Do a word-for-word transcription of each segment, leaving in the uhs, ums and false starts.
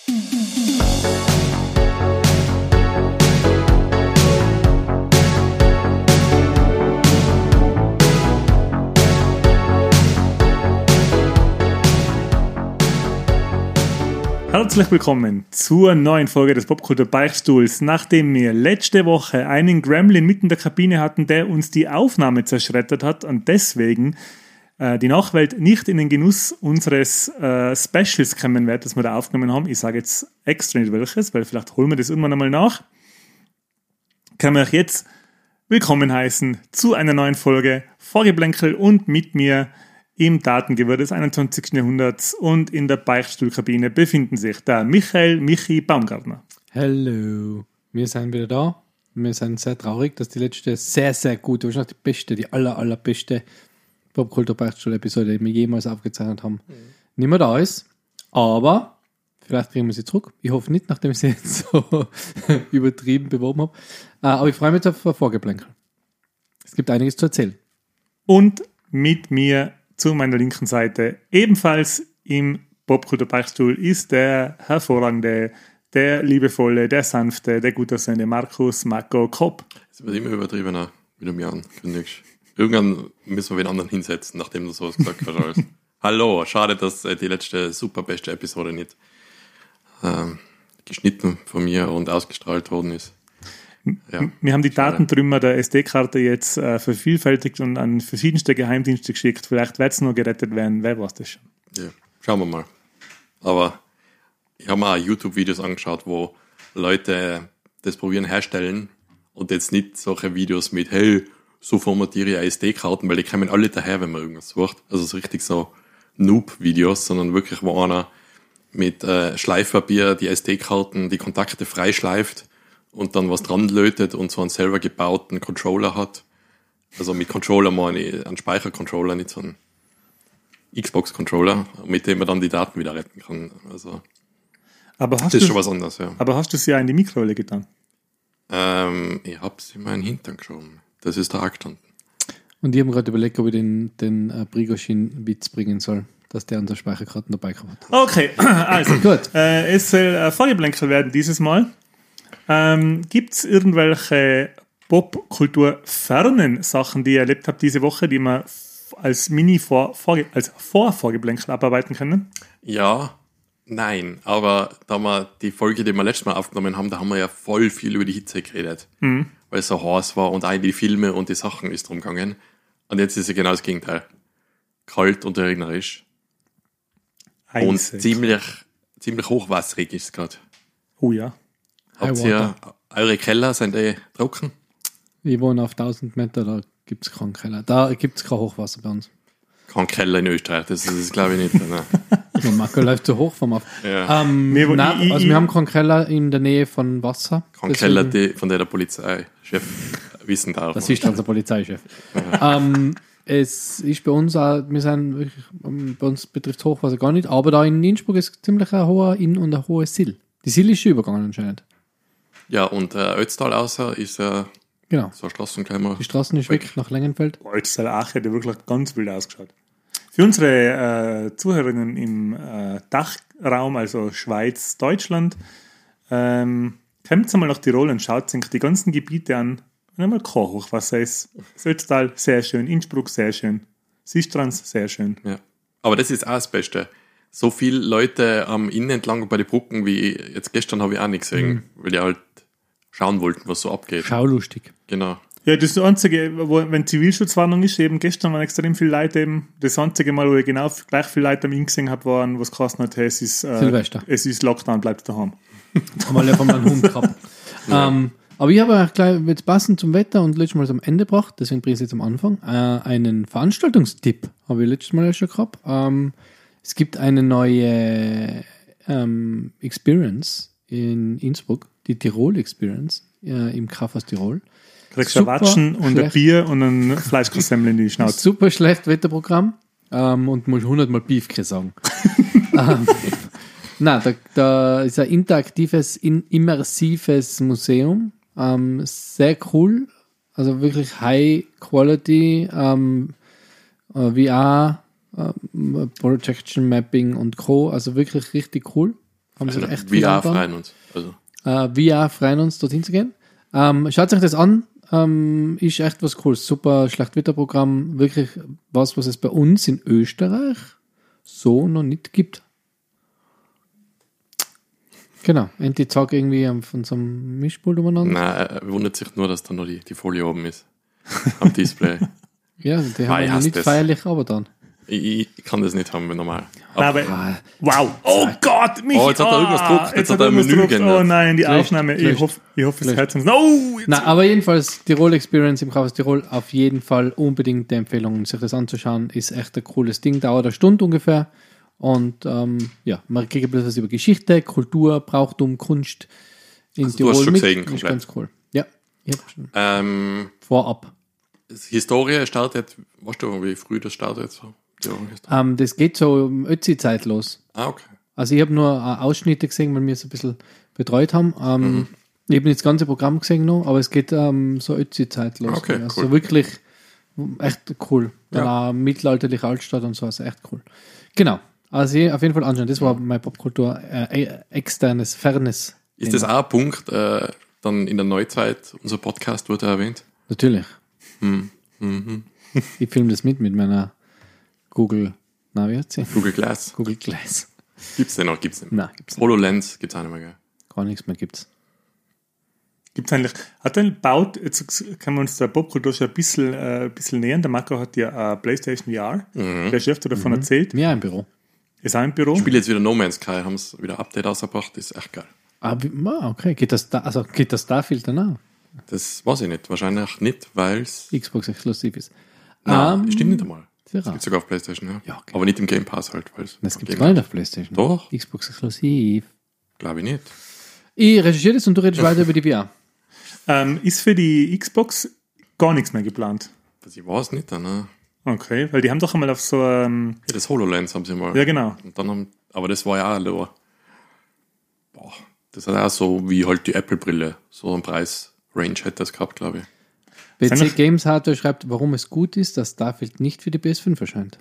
Herzlich willkommen zur neuen Folge des Popkultur-Beichtstuhls. Nachdem wir letzte Woche einen Gremlin mitten in der Kabine hatten, der uns die Aufnahme zerschreddert hat und deswegen äh, die Nachwelt nicht in den Genuss unseres äh, Specials kommen wird, das wir da aufgenommen haben. Ich sage jetzt extra nicht welches, weil vielleicht holen wir das irgendwann einmal nach. Kann ich euch jetzt willkommen heißen zu einer neuen Folge Vorgeblänkel und mit mir im Datengewirr des einundzwanzigsten Jahrhunderts und in der Beichtstuhlkabine befinden sich der Michael Michi Baumgartner. Hallo, wir sind wieder da. Wir sind sehr traurig, dass die letzte sehr, sehr gute, wahrscheinlich die beste, die aller, allerbeste Popkultur-Beichtstuhl-Episode, die wir jemals aufgezeichnet haben, mhm. nicht mehr da ist. Aber vielleicht kriegen wir sie zurück. Ich hoffe nicht, nachdem ich sie jetzt so übertrieben beworben habe. Aber ich freue mich auf Vorgeblänkel. Es gibt einiges zu erzählen. Und mit mir zu meiner linken Seite, ebenfalls im Popkultur-Beichtstuhl, ist der hervorragende, der liebevolle, der sanfte, der gut aussehende Markus Marco Kopp. Es wird immer übertriebener, wie du mir ankündigst. Irgendwann müssen wir den anderen hinsetzen, nachdem du sowas gesagt hast. Hallo, schade, dass äh, die letzte super beste Episode nicht ähm, geschnitten von mir und ausgestrahlt worden ist. Ja, wir haben die Datentrümmer der S D-Karte jetzt äh, vervielfältigt und an verschiedenste Geheimdienste geschickt. Vielleicht wird es noch gerettet werden, wer weiß das schon. Ja, schauen wir mal. Aber ich habe mir auch YouTube-Videos angeschaut, wo Leute das probieren herstellen und jetzt nicht solche Videos mit, hey, so formatiere ich S D-Karten, weil die kommen alle daher, wenn man irgendwas sucht. Also so richtig so Noob-Videos, sondern wirklich, wo einer mit äh, Schleifpapier die S D-Karten, die Kontakte freischleift und dann was dran lötet und so einen selber gebauten Controller hat. Also mit Controller meine ich einen Speichercontroller, nicht so einen Xbox-Controller, mit dem man dann die Daten wieder retten kann. Also aber hast das ist du, schon was anderes, ja. Aber hast du sie ja in die Mikrowelle getan? Ähm, ich habe sie in meinen Hintern geschoben. Das ist da gestanden. Und ich habe gerade überlegt, ob ich den, den äh, Prigozhin-Witz bringen soll, dass der unsere Speicherkarten dabei kommt. Okay, also gut. Äh, es soll äh, Vorgeblänkel werden dieses Mal. Ähm, Gibt es irgendwelche Popkultur-fernen Sachen, die ihr erlebt habt diese Woche, die wir als Mini-Vor- Vorge- als Vorvorgeblänkel abarbeiten können? Ja, nein, aber da wir die Folge, die wir letztes Mal aufgenommen haben, da haben wir ja voll viel über die Hitze geredet, mhm. weil es so heiß war und auch die Filme und die Sachen ist drum gegangen. Und jetzt ist es genau das Gegenteil. Kalt und regnerisch. Eisig. Und ziemlich, ziemlich hochwasserig ist es gerade. Oh ja. Habt ihr, eure Keller, sind die trocken? Ich wohne auf tausend Meter, da gibt es keinen Keller. Da gibt es kein Hochwasser bei uns. Kein Keller in Österreich, das ist glaube ich nicht. Der Marco läuft so hoch vom Auf. Ja. Ähm, nee, nein, ich, also ich, wir haben keinen Keller in der Nähe von Wasser. Kein Keller, die, von der der Polizeichef wissen darf. Das ist unser Polizeichef. ähm, es ist bei uns auch, wir sind wirklich, bei uns betrifft Hochwasser gar nicht, aber da in Innsbruck ist ziemlich ein hoher Inn und ein hohes Sill. Die Sill ist schon übergegangen anscheinend. Ja, und äh, Ötztal außer ist ja äh, genau. So eine Straßenkämmer. Die Straßen ist weg, weg nach Längenfeld. Ötztal Ach hätte wirklich ganz wild ausgeschaut. Für unsere äh, Zuhörerinnen im äh, Dachraum, also Schweiz, Deutschland, ähm, kommt mal nach Tirol und schaut sich die ganzen Gebiete an. Und einmal kein Hochwasser ist. Ötztal, sehr schön. Innsbruck, sehr schön. Sistrans, sehr schön. Ja. Aber das ist auch das Beste. So viele Leute am Inn entlang bei den Brücken wie jetzt gestern habe ich auch nicht gesehen, mhm. weil die halt schauen wollten, was so abgeht. Schaulustig. Genau. Ja, das ist das Einzige, wo, wenn Zivilschutzwarnung ist, eben gestern waren extrem viele Leute eben, das einzige Mal, wo ich genau gleich viele Leute am Inn gesehen habe, waren, was geheißen hat, es ist, äh, Silvester. Es ist Lockdown, bleibt daheim. Mal einfach mal einen Hund gehabt. ja. ähm, aber ich habe auch gleich jetzt passend zum Wetter und letztes Mal am Ende gebracht, deswegen bringe ich es jetzt am Anfang, äh, einen Veranstaltungstipp habe ich letztes Mal schon gehabt. Ähm, es gibt eine neue ähm, Experience in Innsbruck, die Tirol Experience äh, im Kaufhaus Tirol. Kriegst du Watschen und ein Bier und ein Fleischkassemmel in die Schnauze. Super schlecht Wetterprogramm ähm, und muss hundertmal Beefke sagen. ähm, Nein, da, da ist ein interaktives, in, immersives Museum. Ähm, sehr cool. Also wirklich High Quality, ähm, äh, V R, äh, Projection Mapping und Co. Also wirklich richtig cool. Haben sie Freien- echt viel Wir angetan. freuen uns. Also, Äh, wir freuen uns, dorthin zu gehen. Ähm, schaut euch das an. Ähm, ist echt was Cooles. Super Schlachtwetterprogramm. Wirklich was, was es bei uns in Österreich so noch nicht gibt. Genau. Und die zeigt irgendwie von so einem Mischpult umeinander. nein, er wundert sich nur, dass da noch die, die Folie oben ist. Am Display. Ja, die Ah, haben ich wir hasse nicht das. feierlich, aber dann. Ich, ich kann das nicht haben, normal. Nein, Aber, aber, wow. Oh Gott, mich. Oh, jetzt hat er irgendwas ah, gedruckt. Jetzt hat er ein irgendwas Menü gedruckt. geändert. Oh nein, die Schlecht, Aufnahme. Ich schlecht. hoffe, ich hoffe, es Schlecht. hört uns. Oh, jetzt Na, aber jedenfalls Tirol Experience im Kaufhaus Tirol auf jeden Fall unbedingt die Empfehlung, sich das anzuschauen. Ist echt ein cooles Ding, dauert eine Stunde ungefähr. Und ähm, ja, man kriegt ein bisschen was über Geschichte, Kultur, Brauchtum, Kunst in Also du Tirol hast schon mit. gesehen, Ist komplett? ganz cool. Ja, ich hab schon ähm, vorab. das Historie startet, weißt du, wie früh das startet? So? Die Historie. Ähm, das geht so um Ötzi-Zeit los. Ah, okay. Also ich habe nur äh, Ausschnitte gesehen, weil wir es ein bisschen betreut haben. Ähm, Mhm. Ich habe nicht das ganze Programm gesehen noch, aber es geht ähm, so Ötzi-Zeit los. Okay, also cool. wirklich echt cool. Dann Ja. auch mittelalterliche Altstadt und so, also echt cool. Genau. Also auf jeden Fall anschauen. Das war meine Popkultur, äh, externes, fernes. Ist das auch ein Punkt, äh, dann in der Neuzeit, unser Podcast wurde erwähnt? Natürlich. Hm. Mhm. Ich filme das mit mit meiner Google, na, wie heißt sie? Google Glass. Google Glass. Gibt's den noch? Gibt's den? Nein, gibt's nicht. HoloLens gibt's auch nicht mehr, gell? Gar nichts mehr gibt's. Gibt es eigentlich, hat er baut, jetzt können wir uns der Popkultur schon ein bisschen, äh, ein bisschen nähern. Der Marco hat ja äh, PlayStation V R. Mhm. Der Chef hat davon erzählt. Ja, im Büro. Ist auch im Büro. Ich spiele jetzt wieder No Man's Sky, haben es wieder ein Update ausgebracht, ist echt geil. Ah, wie, ah, okay. Geht das da, also geht das Starfield dann auch? Das weiß ich nicht, wahrscheinlich nicht, weil es. Xbox exklusiv ist. Nein, Ähm, stimmt nicht einmal. sehr Das rar. gibt sogar auf PlayStation, ja. Ja, okay. Aber nicht im Game Pass halt, weil es. Das gibt es gar nicht auf PlayStation. Doch. Xbox exklusiv. Glaube ich nicht. Ich recherchiere das und du redest weiter über die V R. Ähm, ist für die Xbox gar nichts mehr geplant. Das ich weiß nicht, ne? Okay, weil die haben doch einmal auf so, ähm, Ja, das HoloLens haben sie mal. ja genau, Und dann haben, aber das war ja auch nur. Boah, das hat auch so wie halt die Apple-Brille. So einen Preis-Range hätte das gehabt, glaube ich. P Sind C noch- Games Hardware schreibt, warum es gut ist, dass Starfield nicht für die P S fünf erscheint.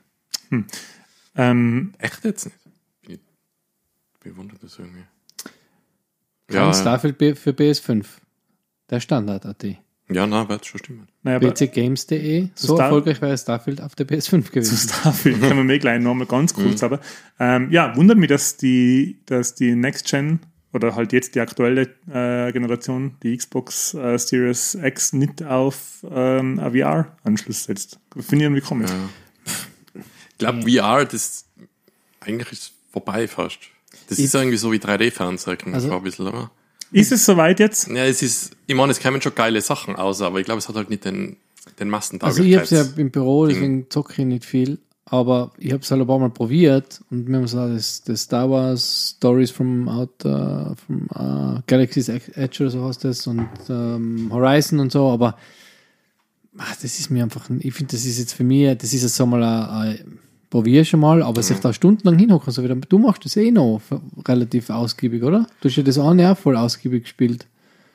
ähm, Echt jetzt nicht? Bin ich bewundert das irgendwie. Kein Ja, Starfield B- für P S fünf. Der Standard A T. ja, na, wird schon stimmen. naja, aber P C Games Punkt de. So Star- erfolgreich wäre Starfield auf der P S fünf zu gewesen. Starfield können wir mir gleich nochmal ganz kurz, aber ähm, ja, wundert mich, dass die, dass die Next Gen oder halt jetzt die aktuelle äh, Generation, die Xbox äh, Series X, nicht auf ähm, einen V R-Anschluss setzt. Finde ich irgendwie komisch. Ja. Ich glaube, V R, das eigentlich ist vorbei fast. Das ist irgendwie so wie drei D-Fernsehen, Also- ein bisschen, oder? Ist es soweit jetzt? Ja, es ist, ich meine, es kämen schon geile Sachen aus, aber ich glaube, es hat halt nicht den, den Also ich habe es ja Massentauglichkeits. im Büro, deswegen zocke ich nicht viel. Aber ich habe es halt ein paar Mal probiert und wir haben so das, das Star Wars Stories from Outer, from uh, Galaxy's Edge oder so heißt das und ähm, Horizon und so, aber ach, das ist mir einfach, ich finde, das ist jetzt für mich, das ist jetzt so mal ein, ein probier schon mal, aber sich da stundenlang hinhocken, so wieder, du machst das eh noch relativ ausgiebig, oder? Du hast ja das eine auch voll ausgiebig gespielt.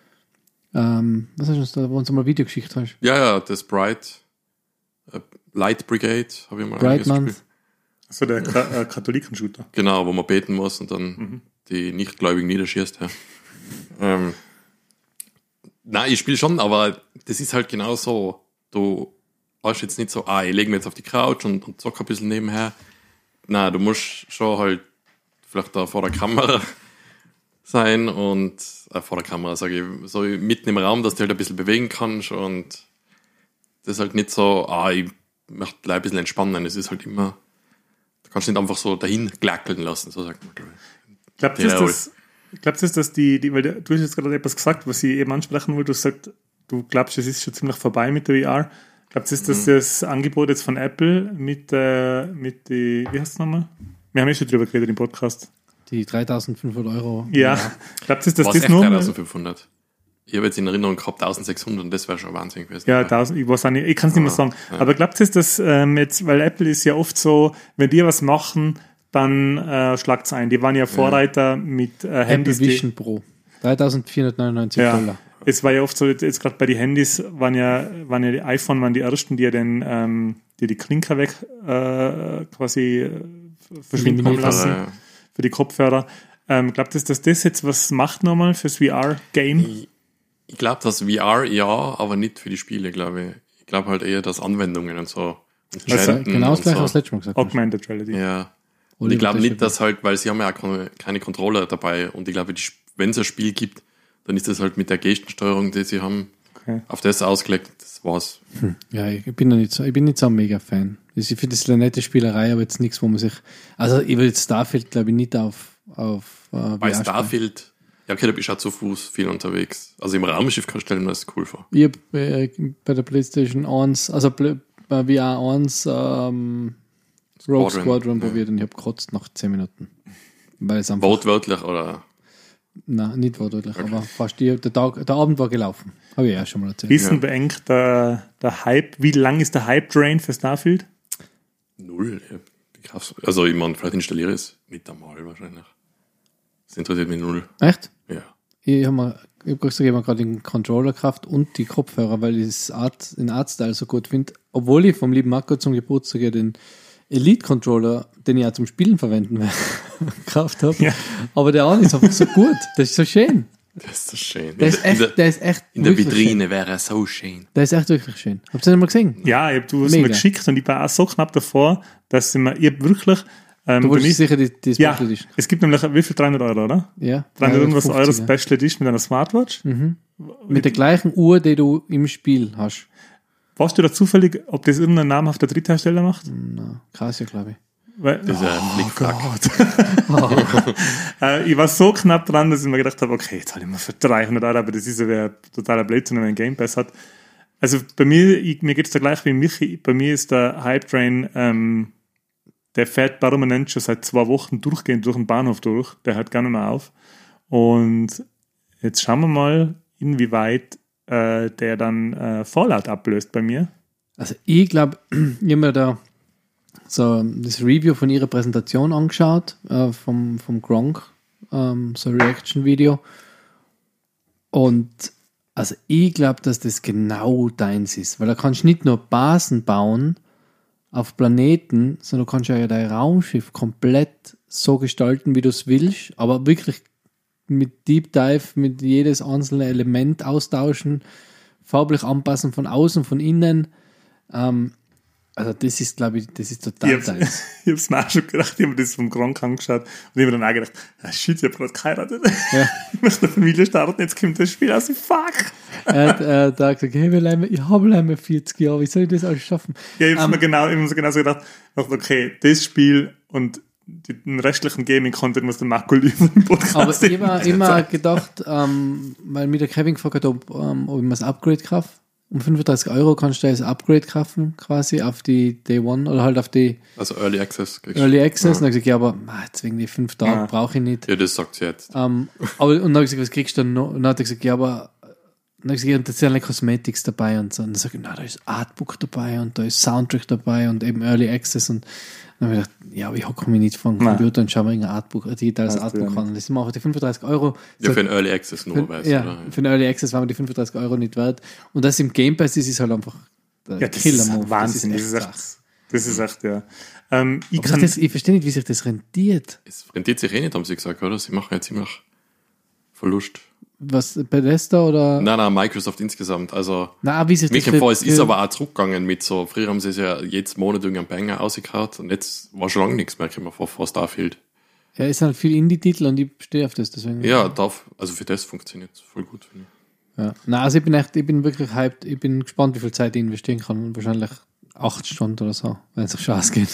Ähm, was hast du uns da, wo uns mal ein Video geschickt hast? Ja, ja, das Bright, äh, Light Brigade, habe ich mal Bright einiges Month. gespielt. So der Ka äh, Katholiken-Shooter. Genau, wo man beten muss und dann Mhm. die Nichtgläubigen niederschießt. Ja. ähm, nein, ich spiele schon, aber das ist halt genau so. Du hast jetzt nicht so, ah, ich lege mich jetzt auf die Couch und, und zock ein bisschen nebenher. Nein, du musst schon halt vielleicht da vor der Kamera sein und äh, vor der Kamera, sage ich, so mitten im Raum, dass du halt ein bisschen bewegen kannst und das ist halt nicht so, ah, ich möchte gleich ein bisschen entspannen. Es ist halt immer, du kannst nicht einfach so dahin glackeln lassen, so sagt man, glaube ich. Glaubt ihr, Ja, dass, glaubt ihr, dass die, die, weil du hast jetzt gerade etwas gesagt, was ich eben ansprechen wollte, du hast gesagt, du glaubst, es ist schon ziemlich vorbei mit der V R. Glaubt ihr, dass Mhm. das Angebot jetzt von Apple mit, äh, mit die, wie heißt es nochmal? Wir haben ja schon drüber geredet im Podcast. Die dreitausendfünfhundert Euro. Ja, glaubt ihr, dass Was das echt nur... dreitausendfünfhundert? Ich habe jetzt in Erinnerung gehabt eintausendsechshundert und das wäre schon Wahnsinn gewesen. Ja, tausend, ich weiß auch nicht, ich kann es nicht mehr sagen. ja. Aber glaubt ihr, dass ähm, jetzt, weil Apple ist ja oft so, wenn die was machen, dann äh, schlagt es ein. Die waren ja Vorreiter mit äh, Apple Handys. Die, Vision Pro. dreitausendvierhundertneunundneunzig ja, Dollar. es war ja oft so, jetzt, jetzt gerade bei den Handys waren ja, waren ja die iPhone waren die ersten, die ja den, ähm, die die Klinker weg äh, quasi äh, verschwinden haben Eliminiert lassen Ja, ja. für die Kopfhörer. Ähm, glaubt ihr, dass das jetzt was macht nochmal fürs V R-Game? Ich, ich glaube, das V R ja, aber nicht für die Spiele, glaube ich. Ich glaube halt eher, dass Anwendungen und so. Und Also, Chatten Genau das und gleiche, so. was letztes Mal gesagt hast. Augmented Reality. Ja. Und Oliver, ich glaube das nicht, ist dass halt, weil sie haben ja auch keine, keine Controller dabei und ich glaube, wenn es ein Spiel gibt, dann ist das halt mit der Gestensteuerung, die sie haben, Okay. auf das ausgelegt, das war's. Ja, ich bin noch nicht so, ich bin nicht so ein Mega-Fan. Ich finde das eine nette Spielerei, aber jetzt nichts, wo man sich, also ich will jetzt Starfield, glaube ich, nicht auf, auf äh, Bei V R Starfield, ja okay, da bist du auch zu Fuß viel unterwegs. Also im Raumschiff kann ich stellen, das ist cool vor. Ich hab, äh, bei der PlayStation eins, also Pl- bei V R eins ähm, Rogue Squadron, Squadron ja. probiert und ich habe gekotzt nach zehn Minuten. Weil es einfach, Wortwörtlich oder nein, nicht wortwörtlich, aber fast die, der, Tag, der Abend war gelaufen. Habe ich ja schon mal erzählt. Wie ist denn Ja. bei Eng der, der Hype? Wie lang ist der Hype-Train für Starfield? null. Ja. Die Kraft- Also ich meine, vielleicht installiere ich es nicht einmal wahrscheinlich. Das interessiert mich null. Echt? Ja. Ich habe mir, ich hab gesagt, ich habe gerade den Controller gekauft und die Kopfhörer, weil ich das Art, den Artstyle so gut finde. Obwohl ich vom lieben Marco zum Geburtstag ja den Elite-Controller, den ich auch zum Spielen verwenden werde, gekauft habe. Ja. Aber der andere ist einfach so gut. Das ist so schön. Das ist so schön. Der ist in, der, echt, der ist echt in der wirklich Vitrine wäre er so schön. schön. Der ist echt wirklich schön. Habt ihr den mal gesehen? Ja, ich hab, du hast Mega. mir geschickt und ich war auch so knapp davor, dass ich mir, ich hab wirklich, ähm, Du bei wolltest mir- sicher die, die ja, Special Edition. es gibt nämlich, wie viel, dreihundert Euro, oder? Ja. dreihundert irgendwas Euro dreihundertfünfzig, ja. Special Edition mit einer Smartwatch. Mit der gleichen Uhr, die du im Spiel hast. Weißt du da zufällig, ob das irgendein namhafter Dritthersteller macht? Na, krass, ja, glaube ich. Weil, Dieser Flickflack. äh, ich war so knapp dran, dass ich mir gedacht habe, okay, jetzt zahle ich mal für dreihundert Euro, aber das ist ja wie ein totaler Blödsinn, wenn man einen Game Pass hat. Also bei mir, ich, mir geht es da gleich wie Michi, bei mir ist der Hype Train, ähm, der fährt permanent schon seit zwei Wochen durchgehend durch den Bahnhof durch, der hört gar nicht mehr auf. Und jetzt schauen wir mal, inwieweit äh, der dann äh, Fallout ablöst bei mir. Also ich glaube, ich habe mir da so das Review von ihrer Präsentation angeschaut, äh, vom, vom Gronk, ähm, so ein Reaction-Video. Und also ich glaube, dass das genau deins ist, weil da kannst du nicht nur Basen bauen auf Planeten, sondern du kannst ja dein Raumschiff komplett so gestalten, wie du es willst, aber wirklich mit Deep Dive, mit jedes einzelne Element austauschen, farblich anpassen von außen, von innen. Ähm, also das ist, glaube ich, das ist total Ich hab's, deins. ich hab's mir auch schon gedacht, ich habe das vom Gronk angeschaut und ich habe mir dann auch gedacht, ah, shit, ich hab gerade geheiratet. Ja. Ich möchte eine Familie starten, jetzt kommt das Spiel aus dem Fuck. Er hat äh, da gesagt, hey, wir bleiben, ich habe leider vierzig Jahre, wie soll ich das alles schaffen? Ja, ich hab's Ähm, mir genau, ich hab mir so genau so gedacht, dachte, okay, das Spiel und den restlichen Gaming-Content muss der Marco liefern im Podcast. Aber ich habe immer gedacht, ähm, weil mir der Kevin gefragt hat, ob, ähm, ob ich mir das Upgrade kaufe. Um fünfunddreißig Euro kannst du das Upgrade kaufen, quasi auf die Day One oder halt auf die Also Early Access. kriegst du. Early Access. Und dann habe ich gesagt, ja, aber ah, jetzt wegen die fünf Tage Ja. brauche ich nicht. Ja, das sagt sie jetzt. Ähm, aber, und dann habe ich gesagt, was kriegst du dann noch? Und dann hat er gesagt, ja, aber dann habe ich gesagt, ja, und da sind alle Cosmetics dabei und so. Und dann sage ich, na, da ist Artbook dabei und da ist Soundtrack dabei und eben Early Access. Und dann habe ich gedacht, ja, aber ich hocke mich nicht vom Nein. Computer und schaue mir ein Artbook, ein digitales Hast du Artbook ja an. Das sind mir auch die fünfunddreißig Euro. Ja, für ein Early Access nur, Für, weißt ja, oder? für den Early Access waren mir die fünfunddreißig Euro nicht wert. Und das im Game Pass ist, ist halt einfach der ja, das Killer-Move. ist Wahnsinn, das ist echt, das ist echt, ja. Ähm, ich Aber kann, das, ich verstehe nicht, wie sich das rentiert. Es rentiert sich eh nicht, haben sie gesagt, oder? Sie machen ja ziemlich Verlust. Was, Bethesda oder? Nein, nein, Microsoft insgesamt. Also, Na, wie sich mir das kommt vor, es ist für- aber auch zurückgegangen mit so, früher haben sie es ja jetzt Monat irgendeinen Banger rausgehauen und jetzt war schon lange nichts mehr, kommt mir vor, vor Starfield. Ja, es sind halt viel Indie-Titel und ich stehe auf das, deswegen. Ja, darf, also für das funktioniert es voll gut, finde ich. Ja. Na, also ich bin echt, ich bin wirklich hyped. Ich bin gespannt, wie viel Zeit ich investieren kann. Wahrscheinlich acht Stunden oder so, wenn es auf Chance geht.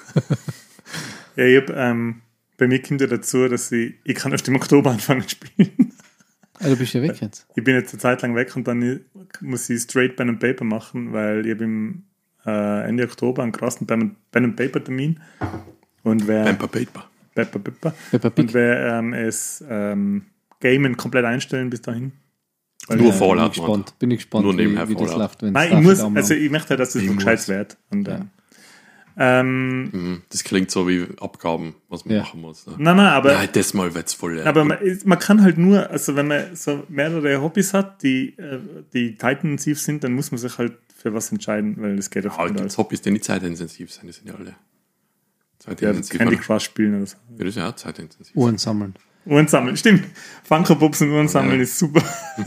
ja, ich hab, ähm, bei mir kommt ja dazu, dass ich, ich kann erst im Oktober anfangen zu spielen. Ah, du bist ja weg jetzt. Ich bin jetzt eine Zeit lang weg und dann muss ich straight Pen and Paper machen, weil ich habe im äh, Ende Oktober einen krassen Pen and, Pen and Paper Termin. Und wer, Paper Paper. Paper, Paper. Peppa Und Pig. wer ähm, es ähm, Gamen komplett einstellen bis dahin. Weil, Nur äh, Bin ich Fallout, Mann. gespannt. Bin ich gespannt, Nur nebenher wie, wie das Fallout. läuft. Wenn Nein, ich Starfield muss, anmacht. also ich möchte halt, dass das Ich so gescheit muss. wird. Und, Ja. ähm, ähm, Mhm. Das klingt so wie Abgaben, was man Ja. machen muss. Ne? nein, nein, aber, Nein, das mal wird's voll. aber man, man kann halt nur, also wenn man so mehrere Hobbys hat, die, äh, die zeitintensiv sind, dann muss man sich halt für was entscheiden, weil das geht auf halt, jeden das Fall. Hobbys, die nicht zeitintensiv sind, die sind ja alle Ja, zeitintensiv. Candy oder? Crush spielen oder so. Ja, das ist ja auch zeitintensiv. Uhren sammeln. Uhren sammeln. Stimmt. Funko Pops und Uhren sammeln Ja. ist super.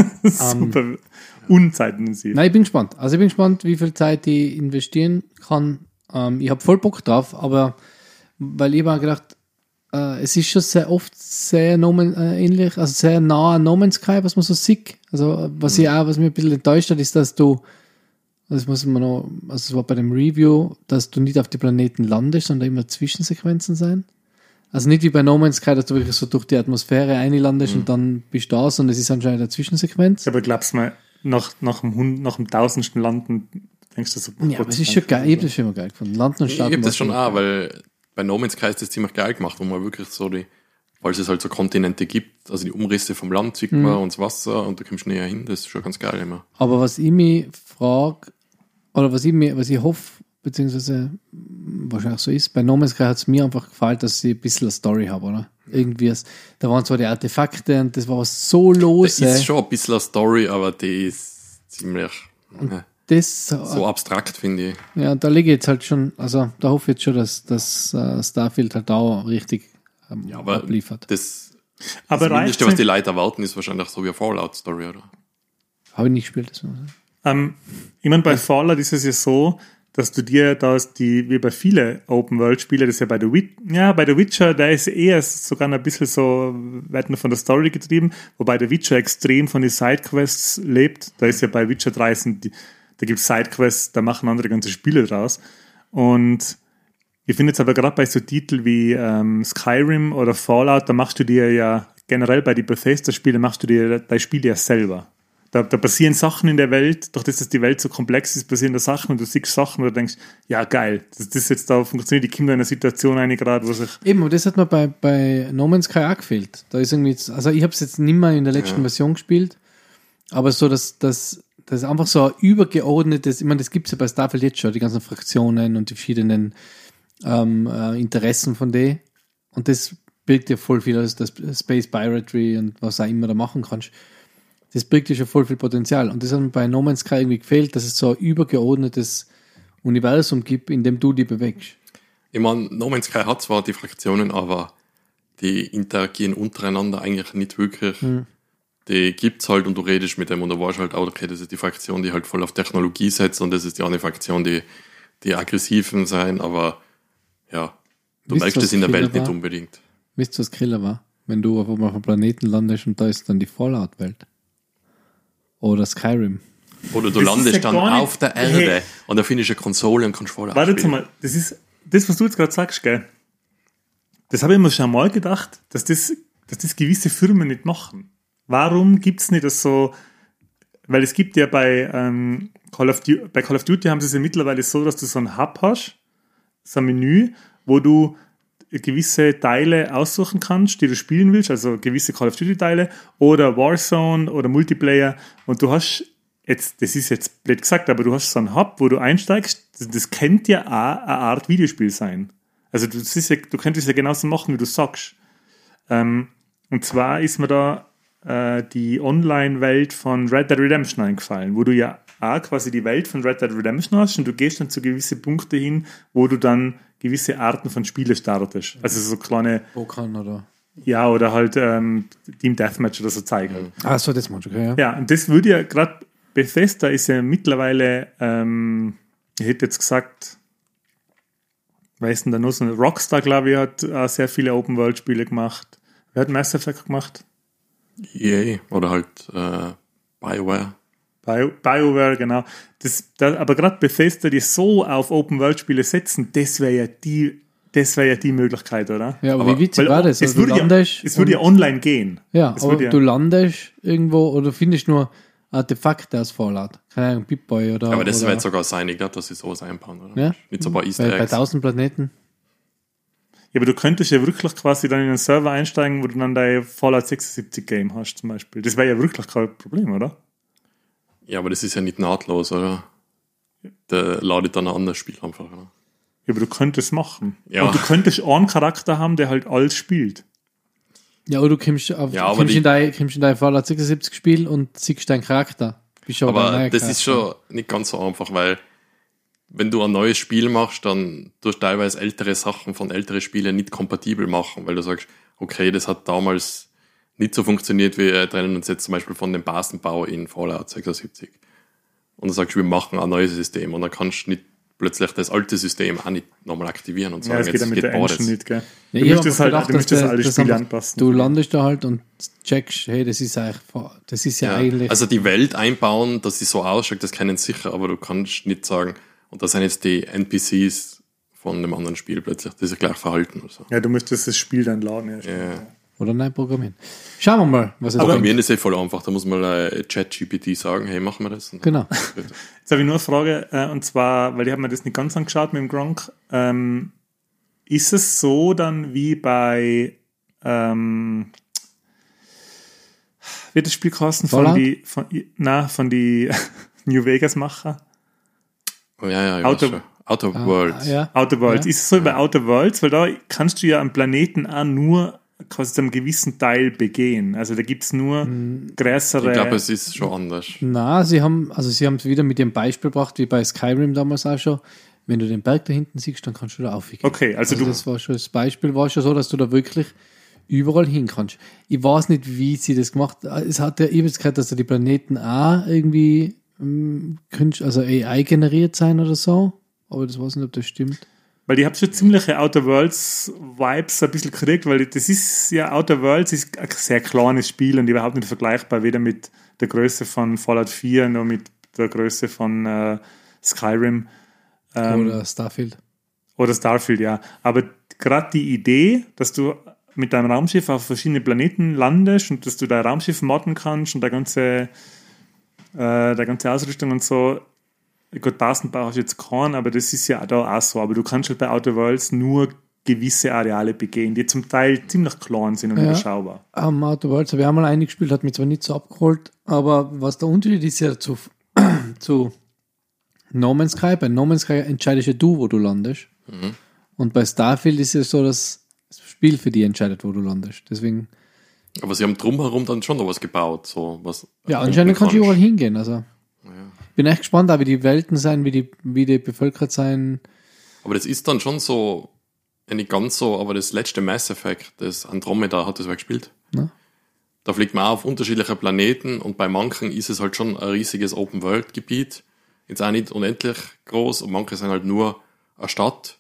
super unzeitintensiv. Nein, ich bin gespannt. Also ich bin gespannt, wie viel Zeit ich investieren kann. Ähm, ich habe voll Bock drauf, aber weil ich habe gedacht, äh, es ist schon sehr oft sehr Nomen, äh, ähnlich, also sehr nah an No Man's Sky, was man so sieht. Also äh, was ich auch, was mich ein bisschen enttäuscht hat, ist, dass du, das muss man noch, also es war bei dem Review, dass du nicht auf die Planeten landest, sondern immer Zwischensequenzen sein. Also nicht wie bei No Man's Sky, dass du wirklich so durch die Atmosphäre einlandest Mhm. und dann bist du da, sondern es ist anscheinend eine Zwischensequenz. Aber glaubst du mal, nach, nach, dem Hund, nach dem tausendsten Landen denkst du so, Ja, aber es ist schon geil, ich habe das schon immer geil gefunden. Landen und Ich Starten. habe das war schon auch, weil bei No Man's Sky ist das ziemlich geil gemacht, wo man wirklich so die, weil es halt so Kontinente gibt, also die Umrisse vom Land sieht man und das Wasser und du kommst näher hin, das ist schon ganz geil immer. Aber was ich mich frage, oder was ich, mir, was ich hoffe, beziehungsweise wahrscheinlich so ist, bei No Man's Sky hat es mir einfach gefallen, dass ich ein bisschen eine Story habe, oder? Irgendwie, es- da waren zwar die Artefakte und das war so Das lose. ist schon ein bisschen eine Story, aber die ist ziemlich ja, Das, so abstrakt, finde ich. ja, da liege ich jetzt halt schon, also da hoffe ich jetzt schon, dass, dass uh, Starfield halt auch richtig ähm, Ja, aber abliefert. das, Aber das Mindeste, reicht's was die nicht? Leute erwarten, ist wahrscheinlich so wie eine Fallout-Story, oder? Habe ich nicht gespielt, das muss ich sagen. Ähm, ich meine, bei Fallout ist es ja so, dass du dir da die, wie bei vielen Open-World-Spielen, das ist ja bei The Witcher, ja, bei The Witcher, da ist eher sogar ein bisschen so, wird nur von der Story getrieben, wobei der Witcher extrem von den Sidequests lebt. Da ist ja bei Witcher drei, sind die, da gibt es Sidequests, da machen andere ganze Spiele draus. Und ich finde jetzt aber gerade bei so Titeln wie ähm, Skyrim oder Fallout, da machst du dir ja, generell bei den Bethesda-Spielen, machst du dir dein Spiel ja selber. Da, da passieren Sachen in der Welt, durch das, dass die Welt so komplex ist, passieren da Sachen und du siehst Sachen, wo du denkst, ja geil, das, das jetzt da funktioniert, die kommen da in eine Situation rein gerade, wo sich... Eben, aber das hat mir bei, bei No Man's Sky auch gefehlt. Da ist irgendwie, jetzt, also ich habe es jetzt nicht mehr in der letzten Ja. Version gespielt, aber so, dass das das ist einfach so ein übergeordnetes, ich meine, das gibt es ja bei Starfield jetzt schon, die ganzen Fraktionen und die verschiedenen ähm, äh, Interessen von denen. Und das birgt ja voll viel, also das Space Piratery und was auch immer da machen kannst. Das birgt ja schon voll viel Potenzial. Und das hat mir bei No Man's Sky irgendwie gefehlt, dass es so ein übergeordnetes Universum gibt, in dem du dich bewegst. Ich meine, No Man's Sky hat zwar die Fraktionen, aber die interagieren untereinander eigentlich nicht wirklich. Mhm. Die gibt's halt und du redest mit dem und du weißt halt auch, okay, das ist die Fraktion, die halt voll auf Technologie setzt und das ist die andere Fraktion, die, die aggressiven sein, aber ja, du Wisst ihr, merkst was es in der Killer Welt nicht war? unbedingt. Wisst ihr, was Killer war? Wenn du auf einmal auf einem Planeten landest und da ist dann die Fallout-Welt. Oder Skyrim. Oder du Das ist landest ja dann gar nicht- auf der Erde Hey. und da findest du eine Konsole und kannst voll Warte jetzt abspielen. mal, das ist, das, was du jetzt gerade sagst, gell, das habe ich mir schon mal gedacht, dass das, dass das gewisse Firmen nicht machen. Warum gibt es nicht das so, weil es gibt ja bei, ähm, Call of Duty, bei Call of Duty haben sie es ja mittlerweile so, dass du so ein Hub hast, so ein Menü, wo du gewisse Teile aussuchen kannst, die du spielen willst, also gewisse Call of Duty Teile oder Warzone oder Multiplayer und du hast jetzt, das ist jetzt blöd gesagt, aber du hast so einen Hub, wo du einsteigst, das, das könnte ja auch eine Art Videospiel sein. Also du, das ist ja, du könntest ja genauso machen, wie du sagst. Ähm, und zwar ist mir da äh, die Online-Welt von Red Dead Redemption eingefallen, wo du ja auch quasi die Welt von Red Dead Redemption hast und du gehst dann zu gewissen Punkten hin, wo du dann gewisse Arten von Spielen startest. Also so kleine, Pokémon oder. ja, oder halt ähm, Team Deathmatch oder so zeigen. Ah, so, das meinst du, okay, ja. Ja, und das würde ja gerade, Bethesda ist ja mittlerweile, ähm, ich hätte jetzt gesagt, weiß denn da noch so, Rockstar, glaube ich, hat auch sehr viele Open-World-Spiele gemacht. Wer hat Mass Effect gemacht? E A oder halt äh, BioWare. Bio, BioWare, genau. Das, da, aber gerade Bethesda, die so auf Open-World-Spiele setzen, das wäre ja die, das wäre ja die Möglichkeit, oder? Ja, aber, Aber- wie witzig Weil war das? es Also, würde du ja, landest es würde ja und- online gehen. Ja, Es aber würde ja- du landest irgendwo oder findest nur Artefakte aus Fallout. Keine Ahnung, Pip-Boy oder. Aber das oder, wird sogar sein, ich glaube, dass sie sowas einbauen, oder? Ja. Mit so ein paar Easter bei, bei Eggs. tausend Planeten. Ja, aber du könntest ja wirklich quasi dann in einen Server einsteigen, wo du dann dein Fallout sechsundsiebzig Game hast, zum Beispiel. Das wäre ja wirklich kein Problem, oder? Ja, aber das ist ja nicht nahtlos, oder? Der ladet dann ein anderes Spiel einfach, oder? Ja, aber du könntest es machen. Ja. Und du könntest einen Charakter haben, der halt alles spielt. Ja, oder du kommst, auf, Ja, aber kommst, die- in dein, kommst in dein Fallout sechsundsiebzig Spiel und siehst deinen Charakter. Bist aber ein Aber neuer das ist Charakter. schon nicht ganz so einfach, weil wenn du ein neues Spiel machst, dann tust du teilweise ältere Sachen von älteren Spielen nicht kompatibel machen, weil du sagst, okay, das hat damals nicht so funktioniert, wie wir trennen uns jetzt zum Beispiel von dem Basenbau in Fallout sechsundsiebzig. Und dann sagst du, wir machen ein neues System und dann kannst du nicht plötzlich das alte System auch nicht nochmal aktivieren und sagen, Ja, es geht ja jetzt mit geht der beides. Engine nicht, gell? Ja, Du ich müsstest hab halt, gedacht, du müsstest dass alle das Spiele einfach- anpassen. Du landest da halt und checkst, hey, das ist eigentlich, das ist ja, Ja. eigentlich. Also die Welt einbauen, dass sie so ausschaut, das kennen sie sicher, aber du kannst nicht sagen, und das sind jetzt die N P Cs von einem anderen Spiel plötzlich, die sich gleich verhalten oder so. Ja, du müsstest das Spiel dann laden. Ja, stimmt. Ja. Oder neu programmieren. Schauen wir mal, was es Programmieren ist eh voll einfach, da muss man äh, ChatGPT sagen, hey, machen wir das. Und Genau. Jetzt habe ich nur eine Frage, äh, und zwar, weil ich habe mir das nicht ganz angeschaut mit dem Gronk. Ähm, ist es so dann wie bei ähm, wie hat das Spiel kosten von Fallout? die von, na, von die New Vegas Macher? Oh, ja, ja, ich Outer- weiß schon. Outer Ah, Worlds. ja. Outer Worlds. Ja. Ist es so wie bei Outer Worlds? Weil da kannst du ja am Planeten auch nur quasi zu einem gewissen Teil begehen. Also da gibt es nur größere. Ich glaube, es ist schon anders. Na, sie haben, also sie haben es wieder mit dem Beispiel gebracht, wie bei Skyrim damals auch schon. Wenn du den Berg da hinten siehst, dann kannst du da aufgehen. Okay, also du- Das war schon, das Beispiel war schon so, dass du da wirklich überall hin kannst. Ich weiß nicht, wie sie das gemacht haben. Es hat ja eben gehört, dass da die Planeten auch irgendwie, ähm, künst- also A I generiert sein oder so. Aber das weiß nicht, ob das stimmt. Weil ich habe schon ziemliche Outer Worlds Vibes ein bisschen gekriegt, weil das ist ja, Outer Worlds ist ein sehr kleines Spiel und überhaupt nicht vergleichbar, weder mit der Größe von Fallout vier noch mit der Größe von äh, Skyrim ähm, Oder Starfield. oder Starfield, ja. Aber gerade die Idee, dass du mit deinem Raumschiff auf verschiedene Planeten landest und dass du dein Raumschiff modden kannst und der ganze, äh, der ganze Ausrüstung und so. Gut, Basenbau hast du jetzt keinen, aber das ist ja da auch so. Aber du kannst halt bei Outer Worlds nur gewisse Areale begehen, die zum Teil ziemlich klein sind und Ja. überschaubar. Am Outer Worlds habe ich einmal eingespielt, hat mich zwar nicht so abgeholt, aber was der Unterschied ist ja zu, zu No Man's Sky, bei No Man's Sky entscheidest ja du, wo du landest. Mhm. Und bei Starfield ist ja so, dass das Spiel für dich entscheidet, wo du landest. Deswegen, Aber sie haben drumherum dann schon noch was gebaut. So, was ja, erkunden anscheinend kannst du überall kannst. hingehen. Also, bin echt gespannt, auch wie die Welten sein, wie die, wie die bevölkert sein. Aber das ist dann schon so, ja, nicht ganz so, aber das letzte Mass Effect, das Andromeda, hat das wer gespielt. Ne? Da fliegt man auch auf unterschiedliche Planeten und bei manchen ist es halt schon ein riesiges Open-World-Gebiet. Jetzt auch nicht unendlich groß und manche sind halt nur eine Stadt.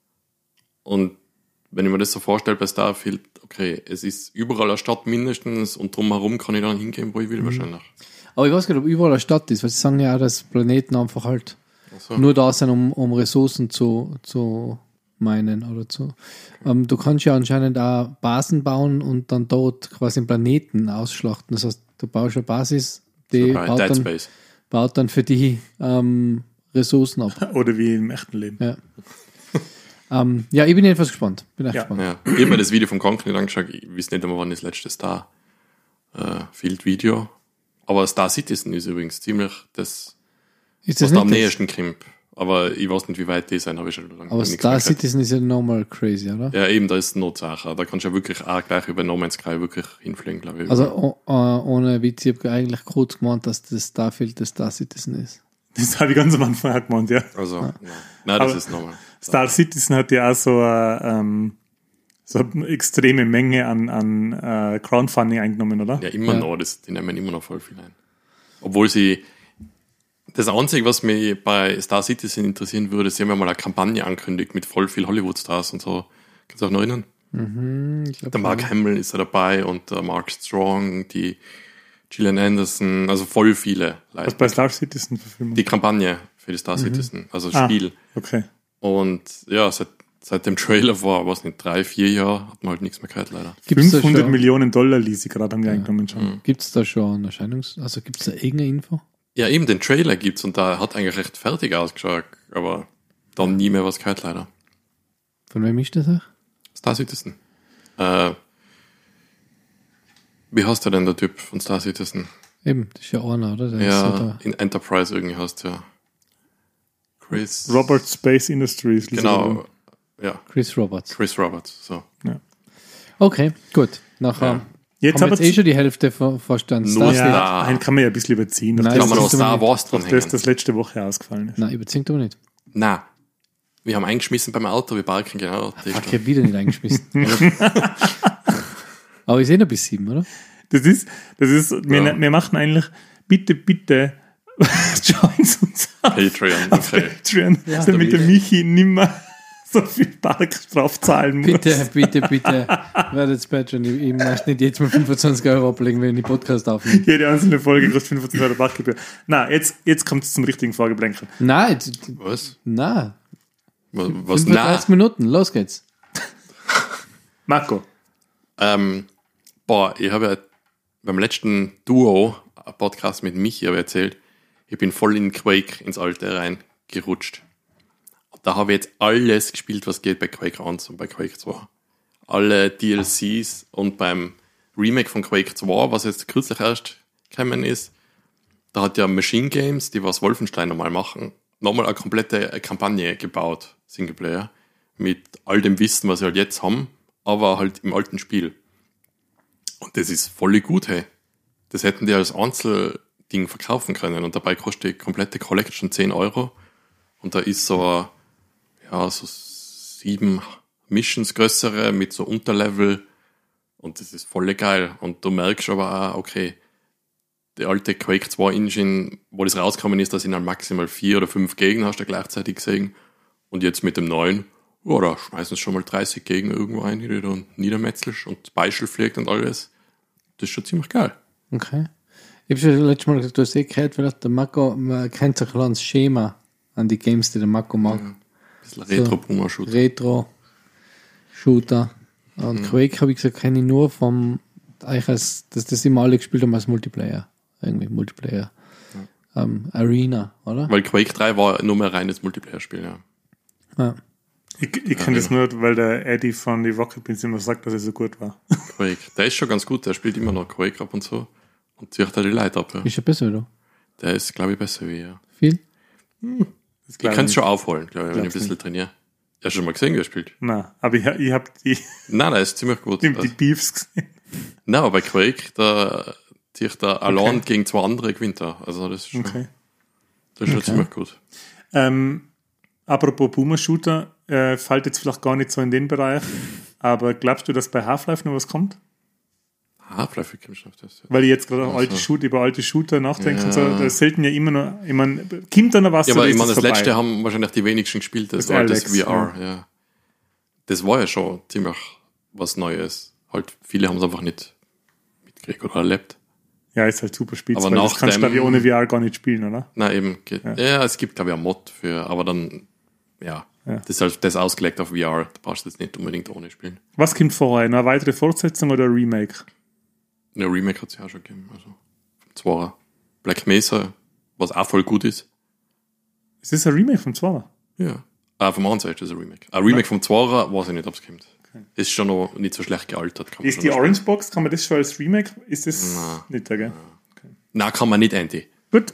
Und wenn ich mir das so vorstelle bei Starfield, okay, es ist überall eine Stadt mindestens und drumherum kann ich dann hingehen, wo ich will wahrscheinlich. Aber ich weiß gar nicht, ob überall eine Stadt ist, weil sie sagen ja auch, dass Planeten einfach halt Ach so. nur da sind, um, um Ressourcen zu, zu meinen oder zu. Ähm, du kannst ja anscheinend auch Basen bauen und dann dort quasi einen Planeten ausschlachten. Das heißt, du baust eine Basis, die So bei baut, Dead dann, Space. baut dann für die ähm, Ressourcen ab. Oder wie im echten Leben. Ja. ähm, ja, ich bin jedenfalls gespannt. Bin echt Ja. gespannt. Ja. Ich habe mir das Video vom Kranken nicht angeschaut. Ich weiß nicht einmal, wann das letzte Starfield-Video. Aber Star Citizen ist übrigens ziemlich das, Ist was das da am nicht das? nächsten kommt. Aber ich weiß nicht, wie weit die sind, habe ich schon lange Aber nichts Star mehr gehört. Citizen ist ja nochmal crazy, oder? Ja, eben, da ist Notsache. Da kannst du ja wirklich auch gleich über No Man's Sky wirklich hinfliegen, glaube ich. Also oh, äh, ohne Witz, ich habe eigentlich kurz gemeint, dass das Starfield das Star Citizen ist. Das habe ich ganz am Anfang auch gemeint, ja. also ja. Nein, das Aber- ist normal. Star Citizen hat ja auch so eine, ähm, so eine extreme Menge an, an äh, Crowdfunding eingenommen, oder? Ja, immer Ja. noch. Das, die nehmen immer noch voll viel ein. Obwohl sie... Das Einzige, was mich bei Star Citizen interessieren würde, sie haben ja mal eine Kampagne angekündigt mit voll viel Hollywood-Stars und so. Kannst du dich auch noch erinnern? Mhm, ich glaub, Der Mark Hamill ist da dabei und der Mark Strong, die Gillian Anderson, also voll viele Was Leute. bei Star Citizen verfilmt. Die Kampagne für die Star Citizen, also Ah. Spiel. Okay. Und ja, seit, seit dem Trailer vor, was nicht, drei, vier Jahren hat man halt nichts mehr gehört, leider. Gibt's da fünfhundert schon- Millionen Dollar ließ ich gerade, haben die eingenommen schon. Mhm. Gibt es da schon eine Erscheinungs-, also gibt es da irgendeine Info? Ja, eben den Trailer gibt's und da hat eigentlich recht fertig ausgeschaut, aber dann nie mehr was gehört, leider. Von wem ist das auch? Star Citizen. Äh, wie heißt der denn, der Typ von Star Citizen? Eben, das ist ja einer, oder? Der ist Ja, da. in Enterprise irgendwie heißt der. Chris. Robert Space Industries. Genau. Ja, Chris Roberts. Chris Roberts. So. Okay, gut. Nachher Ja. Jetzt haben wir aber jetzt eh schon die Hälfte ver verstanden. Nur Starfield. ja, Star. einen kann man ja ein bisschen überziehen. Auf Nein, das, Kann man das noch ist aber Star nicht- Wars auf dran das, hängen? das letzte Woche ausgefallen ist. Nein, überzinkt aber nicht. Nein. Wir haben eingeschmissen beim Auto, wir parken genau. Ach, ich habe wieder nicht eingeschmissen. aber ich sehe noch bis sieben, oder? Das ist, das ist, wir, Ja. wir machen eigentlich, bitte, bitte, joins uns auf, Patreon, auf okay. Patreon, Ja. damit der Michi nimmer so viel Parkstrafe zahlen muss. Bitte, bitte, bitte, werdet Patreon. Ich, ich möchte nicht jetzt mal fünfundzwanzig Euro ablegen, wenn ich Podcast aufnehme. Jede einzelne Folge kostet fünfundfünfzig Euro Parkgebühr. Na, jetzt, jetzt kommt es zum richtigen Vorgeblänkel. Nein, jetzt- Was? nein. Was, was na? fünfunddreißig Minuten, los geht's. Marco, Ähm, boah, ich habe ja beim letzten Duo-Podcast mit Michi habe ich erzählt, ich bin voll in Quake ins Alte reingerutscht. Da habe ich jetzt alles gespielt, was geht bei Quake eins und bei Quake zwei. Alle D L Cs und beim Remake von Quake zwei, was jetzt kürzlich erst gekommen ist, da hat ja Machine Games, die was Wolfenstein nochmal machen, nochmal eine komplette Kampagne gebaut, Singleplayer, mit all dem Wissen, was sie halt jetzt haben, aber halt im alten Spiel. Und das ist voll gut, hey. Das hätten die als Einzelding verkaufen können und dabei kostet die komplette Collection zehn Euro und da ist so ein ja, so sieben Missions größere mit so Unterlevel und das ist voll geil. Und du merkst aber auch, okay, die alte Quake zwei Engine, wo das rausgekommen ist, da sind dann maximal vier oder fünf Gegner, hast du gleichzeitig gesehen. Und jetzt mit dem neuen, oh, da schmeißen es schon mal dreißig Gegner irgendwo ein, die du dann niedermetzelst und das Beischel fliegt und alles. Das ist schon ziemlich geil. Okay. Ich habe schon letztes Mal gesagt, du hast eh gehört, vielleicht der Marco, man kennt sich ein das Schema an die Games, die der Marco mag. Ein bisschen Retro-Boomer-Shooter. Retro-Shooter. Und Quake habe ich gesagt, kenne ich nur vom, eigentlich als, dass das immer alle gespielt haben als Multiplayer. Irgendwie Multiplayer. Ähm, Arena, oder? Weil Quake drei war nur mehr reines Multiplayer-Spiel, ja. Ja. ich, ich kenne das nur, weil der Eddie von die Rocket Beans immer sagt, dass er so gut war. Quake. Der ist schon ganz gut, der spielt immer noch Quake ab und so und zieht da die Leute ab. Ja. Ist ja besser wie du. Der ist, glaube ich, besser wie er. Viel? Das Ich glaub kann es nicht. schon aufholen, glaube ich, wenn ich ein Glaub's bisschen trainiere. Hast du schon mal gesehen, wie er spielt? Nein, aber ich, ich habe die, Nein, der ist ziemlich gut. die, die Also, Beefs gesehen. nein, aber bei Quake, da zieht er allein Okay. gegen zwei andere gewinnt er. Also das ist schon, Okay. das ist schon Okay. ziemlich gut. Ähm, apropos Boomer-Shooter, äh, fällt jetzt vielleicht gar nicht so in den Bereich, aber glaubst du, dass bei Half-Life noch was kommt? Half-Life kommst du auf das. Weil ich jetzt gerade auch Also. alte Shoot, über alte Shooter nachdenke Ja. und so, da selten ja immer noch, ich meine, kommt da noch was Ja, oder aber ich ist meine, es das vorbei? letzte haben wahrscheinlich die wenigsten gespielt, das, Das war das Alex, V R, ja. Das war ja schon ziemlich was Neues. Halt, viele haben es einfach nicht mitgekriegt oder erlebt. Ja, ist halt super spitz, Aber weil das nach kannst du, dem- glaube ich, ohne V R gar nicht spielen, oder? Na eben, geht. Ja. Ja, es gibt, glaube ich, einen Mod für, aber dann, ja, Ja. das ist halt das ausgelegt auf V R, da brauchst du jetzt nicht unbedingt ohne spielen. Was kommt vorher? Eine weitere Fortsetzung oder ein Remake? Eine Remake hat es ja auch schon gegeben, also, vom Zwarer. Black Mesa, was auch voll gut ist. Ist das ein Remake vom Zwarer? Ja. Ah, vom anderen ist das ein Remake. Ein Remake vom Zwarer, weiß ich nicht, ob es kommt. Ist schon noch nicht so schlecht gealtert. Kann man Ist schon die noch Orange Box, kann man das schon als Remake? Ist das Na. nicht, gell? spielen. Nein, kann man nicht, Andy. Gut.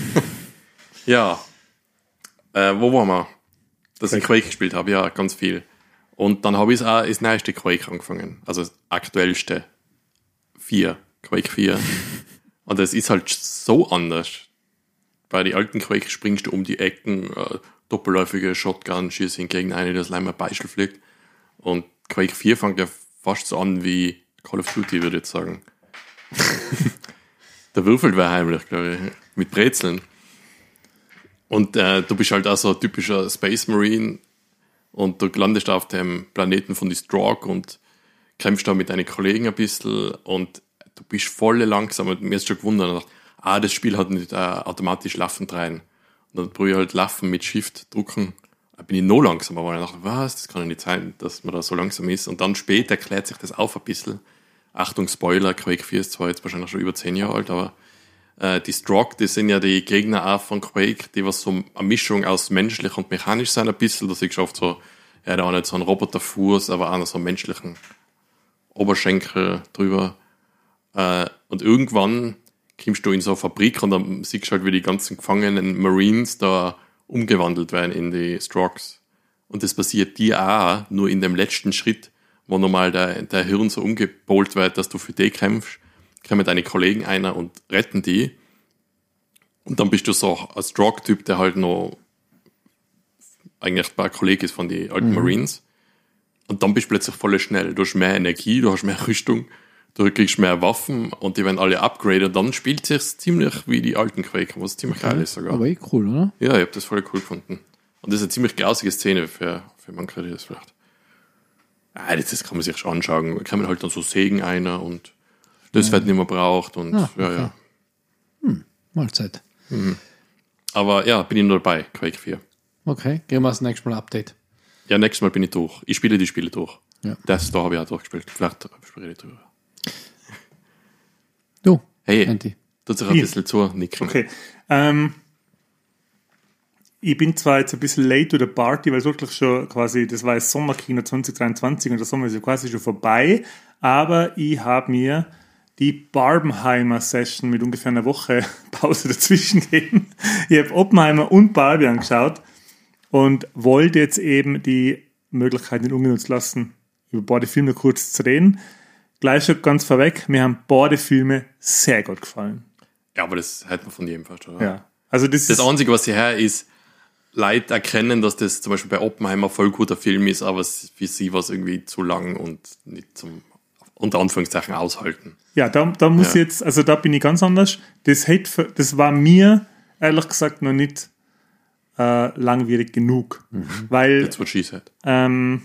Ja. Äh, wo waren wir? Dass ich Quake. Quake gespielt habe, ja, ganz viel. Und dann habe ich auch das neueste Quake angefangen. Also das aktuellste. vier. Quake vier. Und das ist halt so anders. Bei den alten Quake springst du um die Ecken, äh, doppelläufige Shotgun, schießt hingegen eine, das leider ein Beispiel fliegt. Und Quake vier fängt ja fast so an wie Call of Duty, würde ich jetzt sagen. Der würfelt war heimlich, glaube ich, mit Brezeln. Und äh, du bist halt auch so ein typischer Space Marine und du landest auf dem Planeten von die Strogg und kämpfst da mit deinen Kollegen ein bisschen und du bist voll langsam und mir ist schon gewundert, und dachte, ah, das Spiel hat nicht äh, automatisch Laffen rein. Und dann probiere ich halt Laffen mit Shift drücken, da bin ich noch langsamer, weil ich dachte, was, das kann ja nicht sein, dass man da so langsam ist. Und dann später klärt sich das auf ein bisschen. Achtung, Spoiler, Quake vier ist zwar jetzt wahrscheinlich schon über zehn Jahre alt, aber äh, die Strogg, die sind ja die Gegner auch von Quake, die was so eine Mischung aus menschlich und mechanisch sind ein bisschen. Da siehst du oft so, ja, da auch nicht so einen Roboterfuß, aber auch noch so einen menschlichen Oberschenkel drüber. Äh, und irgendwann kommst du in so eine Fabrik und dann siehst du halt, wie die ganzen gefangenen Marines da umgewandelt werden in die Stroggs. Und das passiert dir auch nur in dem letzten Schritt, wo nochmal der, der Hirn so umgepolt wird, dass du für die kämpfst, kommen deine Kollegen einer und retten die. Und dann bist du so ein Strogg-Typ, der halt noch eigentlich ein Kollege ist von den alten mhm. Marines. Und dann bist du plötzlich voll schnell. Du hast mehr Energie, du hast mehr Rüstung, Du kriegst mehr Waffen und die werden alle upgraden. Dann spielt es sich ziemlich wie die alten Quake, was ziemlich geil ist sogar. Aber eh cool, oder? Ja, ich habe das voll cool gefunden. Und das ist eine ziemlich grausige Szene für, für manche, die das vielleicht. Ah, das, das kann man sich schon anschauen. Da kann man halt dann so sägen einer und das ja. wird nicht mehr braucht. Und Ah, okay. ja, ja. Hm, Mahlzeit. Mhm. Aber ja, bin ich nur dabei, Quake vier. Okay, gehen wir das nächste Mal ein Update. Ja, nächstes Mal bin ich durch. Ich spiele die Spiele durch. Ja. Das da habe ich auch durchgespielt. Vielleicht spreche ich drüber. Du, Hey, Anti. tut sich ein Hier. bisschen zu, Nick. Okay. Ähm, ich bin zwar jetzt ein bisschen late to the party, weil es wirklich schon quasi, das war das Sommerkino zwanzig dreiundzwanzig und der Sommer ist ja quasi schon vorbei, aber ich habe mir die Barbenheimer Session mit ungefähr einer Woche Pause dazwischen gegeben. Ich habe Oppenheimer und Barbie angeschaut und wollte jetzt eben die Möglichkeit nicht ungenutzt lassen, über beide Filme kurz zu reden. Gleich schon ganz vorweg, mir haben beide Filme sehr gut gefallen. Ja, aber das hält man von jedem fast, oder? Ja. Also das, Das ist, Einzige, was sie her ist, Leute erkennen, dass das zum Beispiel bei Oppenheimer ein voll guter Film ist, aber für sie war es irgendwie zu lang und nicht zum, unter Anführungszeichen, aushalten. ja, da, da muss Ja. ich jetzt, also da bin ich ganz anders. Das, hätte, für- das war mir, ehrlich gesagt, noch nicht äh, langwierig genug. Weil That's what she said. ähm,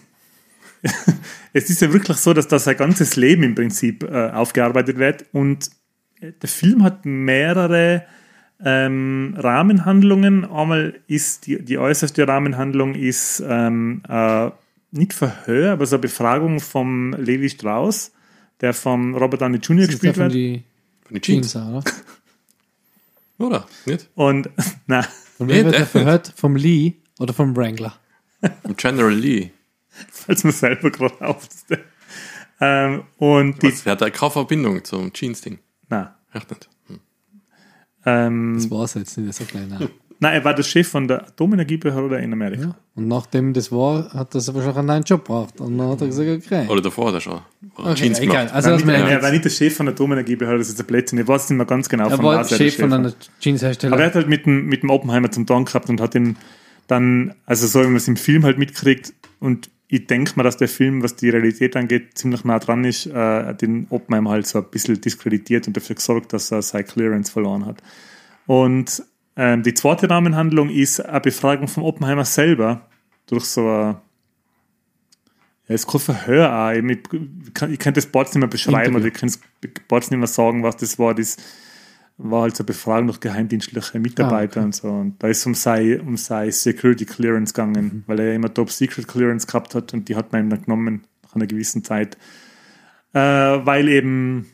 es ist ja wirklich so, dass das sein ganzes Leben im Prinzip äh, aufgearbeitet wird und der Film hat mehrere ähm, Rahmenhandlungen. Einmal ist die, die äußerste Rahmenhandlung ist ähm, äh, nicht Verhör, aber so eine Befragung vom Levi Strauss, der vom Robert Downey Junior Das ist der gespielt von wird. die Von den Jeans. Jeans, oder? Oder? Nicht? Und na, Von Nee, wem wird der der- verhört? Vom Lee oder vom Wrangler? Vom General Lee. falls man selber gerade auf. ähm, und die, Was, der hat ja keine Verbindung zum Jeans-Ding. na, Echt nicht. Hm. ähm, Das war es jetzt nicht so klein. nein. nein, er war der Chef von der Atomenergiebehörde in Amerika. Ja. Und nachdem das war, hat er wahrscheinlich einen neuen Job gebraucht. Und dann hat er gesagt, okay. Oder davor hat er schon. Hat Okay, Jeans egal. gemacht. Also, Nein, dass nicht, man er war nicht der Chef von der Atomenergiebehörde, das ist der Blödsinn. Ich weiß nicht mehr ganz genau, er von war was er der Chef von war. einer Jeanshersteller. Aber er hat halt mit dem, mit dem Oppenheimer zum Tun gehabt und hat ihn dann, also so wie man es im Film halt mitkriegt, und ich denke mal, dass der Film, was die Realität angeht, ziemlich nah dran ist, äh, den Oppenheimer halt so ein bisschen diskreditiert und dafür gesorgt, dass er seine Clearance verloren hat. Und ähm, die zweite Rahmenhandlung ist eine Befragung vom Oppenheimer selber durch so ein ja, es ist kein Verhör auch. Ich, ich kann, ich kann das Boards nicht mehr beschreiben Interview. oder ich kann das Boards nicht mehr sagen, was das war. Das war halt so eine Befragung durch geheimdienstliche Mitarbeiter Ah, okay. und so. Und da ist um sein, um sein Security Clearance gegangen, Mhm. weil er ja immer Top Secret Clearance gehabt hat und die hat man ihm dann genommen nach einer gewissen Zeit. Äh, weil eben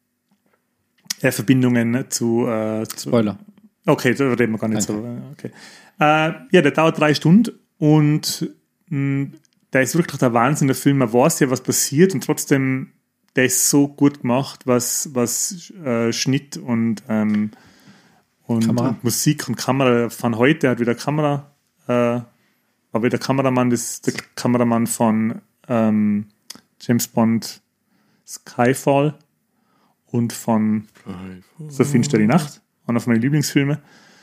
er Verbindungen zu, äh, zu Spoiler. Okay, da reden wir gar nicht so. Okay. Äh, ja, der dauert drei Stunden und mh, der ist wirklich der Wahnsinn, der Film. Man weiß ja, was passiert und trotzdem, der ist so gut gemacht, was, was äh, Schnitt und, ähm, und, Kamera. und Musik und Kamera von heute. Er hat wieder Kamera, äh, war wieder Kameramann, das ist der Kameramann von ähm, James Bond Skyfall und von So finster die Nacht, einer von meinen Lieblingsfilmen.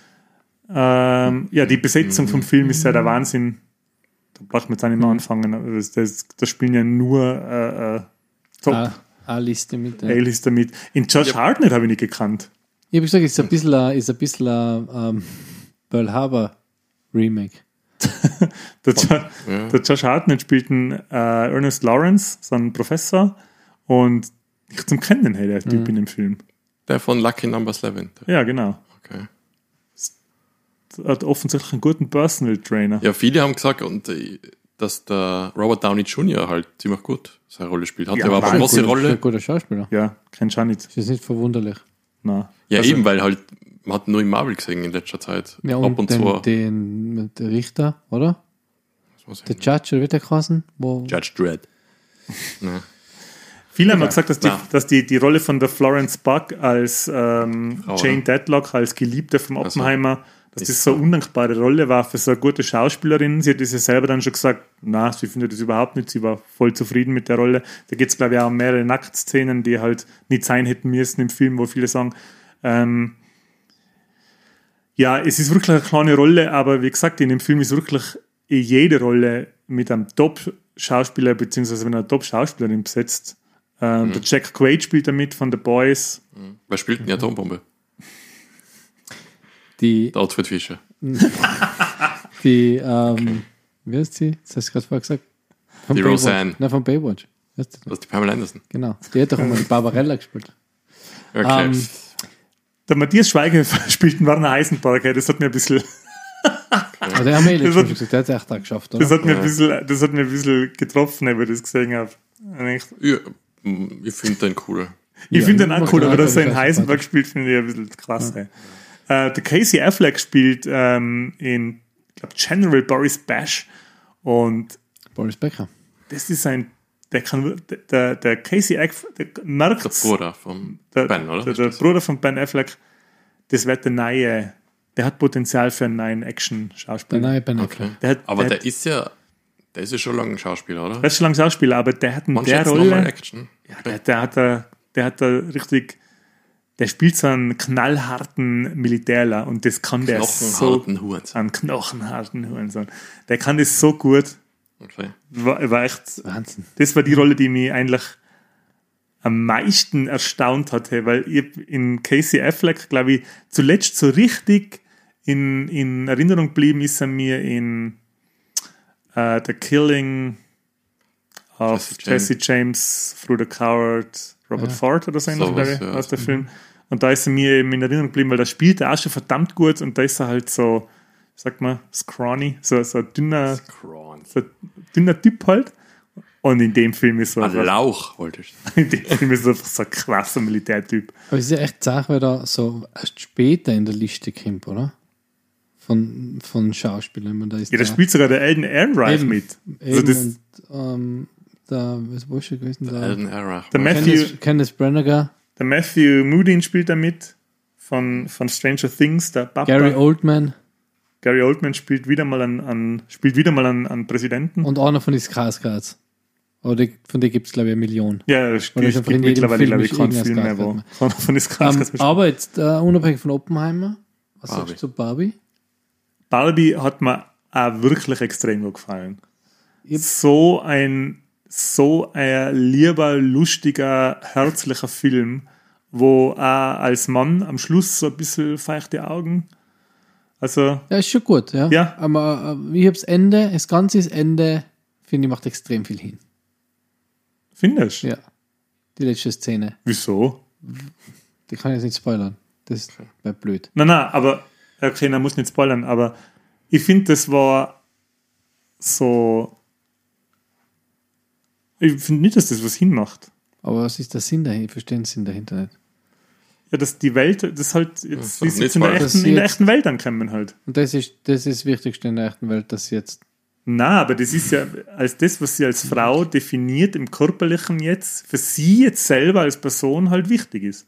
Ähm, ja, die Besetzung vom Film ist ja der Wahnsinn. Da braucht man jetzt auch nicht mehr anfangen. Das, das, das spielen ja nur äh, äh, Top Ah, eine Liste mit. Ja. A-List damit. In Josh Ja. Hartnett habe ich nicht gekannt. Ich habe gesagt, es ist ein bisschen ein, ist ein bisschen ein ähm, Pearl Harbor Remake. Der, jo Ja. der Josh Hartnett spielt einen äh, Ernest Lawrence, so einen Professor, und ich zum Kennen hätte der Typ in dem Film. Der von Lucky Number Eleven. Ja, genau. Okay. Er hat offensichtlich einen guten Personal Trainer. Ja, viele haben gesagt, und, äh, dass der Robert Downey Junior halt ziemlich gut seine Rolle spielt. Hat Ja, ja, aber eine Wahnsinn. große Ein Rolle. guter Schauspieler. Ja, kennst du auch nicht. Das ist nicht verwunderlich. Nein. Ja, Also- eben, weil halt, man hat nur im Marvel gesehen in letzter Zeit. Ja, Ab und, und den, zu. den, den Richter, oder? Was weiß Der ich. Judge, oder wird der geheißen? Wo, Judge Dredd. Ja. Viele haben ja gesagt, dass, die, Na. dass die, die Rolle von der Florence Buck als ähm, Frau, Jane oder? Deadlock, als Geliebte vom Also, Oppenheimer, dass ist das so eine undankbare Rolle war für so eine gute Schauspielerin. Sie hat das ja selber dann schon gesagt, na, sie findet das überhaupt nicht, sie war voll zufrieden mit der Rolle. Da geht es, glaube ich, auch um mehrere Nacktszenen, die halt nicht sein hätten müssen im Film, wo viele sagen, ähm, ja, es ist wirklich eine kleine Rolle, aber wie gesagt, in dem Film ist wirklich jede Rolle mit einem Top-Schauspieler, beziehungsweise wenn eine Top-Schauspielerin besetzt, Ähm, Mhm. Der Jack Quaid spielt damit von The Boys. Wer spielt denn die Atombombe? Die, Der Ottfried Fischer. die ähm, wie heißt sie? Das hast du gerade vorher gesagt. Von Die Baywatch. Roseanne. Nein, von Baywatch. Weißt du? Das ist die Pamela Anderson. Genau. Die hat doch immer die Barbarella gespielt. Okay. Ähm, Der Matthias Schweiger spielt den Werner Heisenberg. hey, Das hat mir ein bisschen, Aber der haben wir eh letztes Das Mal hat- schon gesagt, der hat es echt auch geschafft, das oder? hat mir ein Ja. bisschen, das hat mir ein bisschen getroffen, wenn ich das gesehen habe. Und Ich, ja, mm, ich finde den cooler. ich Ja, finde den auch macht cool, er aber auch, dass er glaub in ich, auch Heisenberg sympathisch. spielt, finde ich ein bisschen krass. hey. Äh, der Casey Affleck spielt ähm, in, ich glaube, General Boris Bash. Und Boris Becker. das ist ein, der kann, der, der Casey Affleck, der merkt Der Bruder von der, Ben, oder? Der, der Bruder von Ben Affleck, das wird der neue, der hat Potenzial für einen neuen Der Action-Schauspieler. neue Ben Okay. Affleck. Der hat, Aber der, der hat, ist ja, der ist ja schon lange ein Schauspieler, oder? der ist schon lange Schauspieler, aber der hat in Man der schätzt nochmal Rolle, Action. ja, der, der hat da, der hat da richtig, der spielt so einen knallharten Militärler und das kann der so, Knochenharten Hurensohn. einen knochenharten Hurensohn. Der kann das so gut, Okay. war, war echt, Wahnsinn. das war die Rolle, die mich eigentlich am meisten erstaunt hatte, weil ich in Casey Affleck, glaube ich, zuletzt so richtig in, in Erinnerung geblieben ist er mir in äh, The Killing of Jesse Jesse James. James, Through the Coward, Robert Ja. Ford oder so, ähnlich, Sowas, glaube ich, ja. aus der Film. Und da ist er mir eben in Erinnerung geblieben, weil da spielt er auch schon verdammt gut und da ist er halt so, sag mal, scrawny, so, so ein dünner, Cron. so ein dünner Typ halt. Und in dem Film ist er Ein Lauch, wollte ich sagen. in dem Film ist er einfach so ein krasser Militärtyp. Aber es ist ja echt Sache, weil da so erst später in der Liste kommt, oder? Von, von Schauspielern. Man, da ist Ja, da der- spielt sogar der Elden Ehrenreich Eben. mit. Also Eben das, und, ähm, da, was war schon gewesen? Da, Alden Errach. der, Matthew, Candice, Candice Branagh, der Matthew Modine spielt da mit von, von Stranger Things, der Papa. Gary Oldman Gary Oldman spielt wieder mal an, an, spielt wieder mal an, an Präsidenten. und einer von den Skarsgards. Aber die, von denen gibt es, glaube ich, eine Million. ja, es Oder gibt, schon gibt in jedem mittlerweile, Film glaube ich, ist keinen irgendein Film mehr, wo Skarsgård keiner von den Ähm, Skarsgårds aber jetzt, äh, unabhängig von Oppenheimer, was Barbie. sagst du zu Barbie? Barbie hat mir auch wirklich extrem gut gefallen. Yep. So ein, so ein lieber, lustiger, herzlicher Film, wo auch als Mann am Schluss so ein bisschen feuchte Augen. Also, Ja, ist schon gut, ja. Ja. Aber äh, ich habe das Ende, das ganze Ende, finde ich, macht extrem viel hin. findest du? Ja. Die letzte Szene. Wieso? Die kann ich jetzt nicht spoilern. Das wäre blöd. Nein, nein, aber, okay, man muss nicht spoilern, aber ich finde, das war so. Ich finde nicht, dass das was hinmacht. Aber was ist der Sinn dahinter? Ich verstehe den Sinn dahinter nicht. Ja, dass die Welt, das halt, jetzt, Das wie ist sie nicht jetzt in der, spoilern. echten, in der Das echten Welt ankommen halt. Und das ist das, ist das Wichtigste in der echten Welt, dass sie jetzt. Na, aber das ist ja als das, was sie als Frau definiert im Körperlichen jetzt, für sie jetzt selber als Person halt wichtig ist.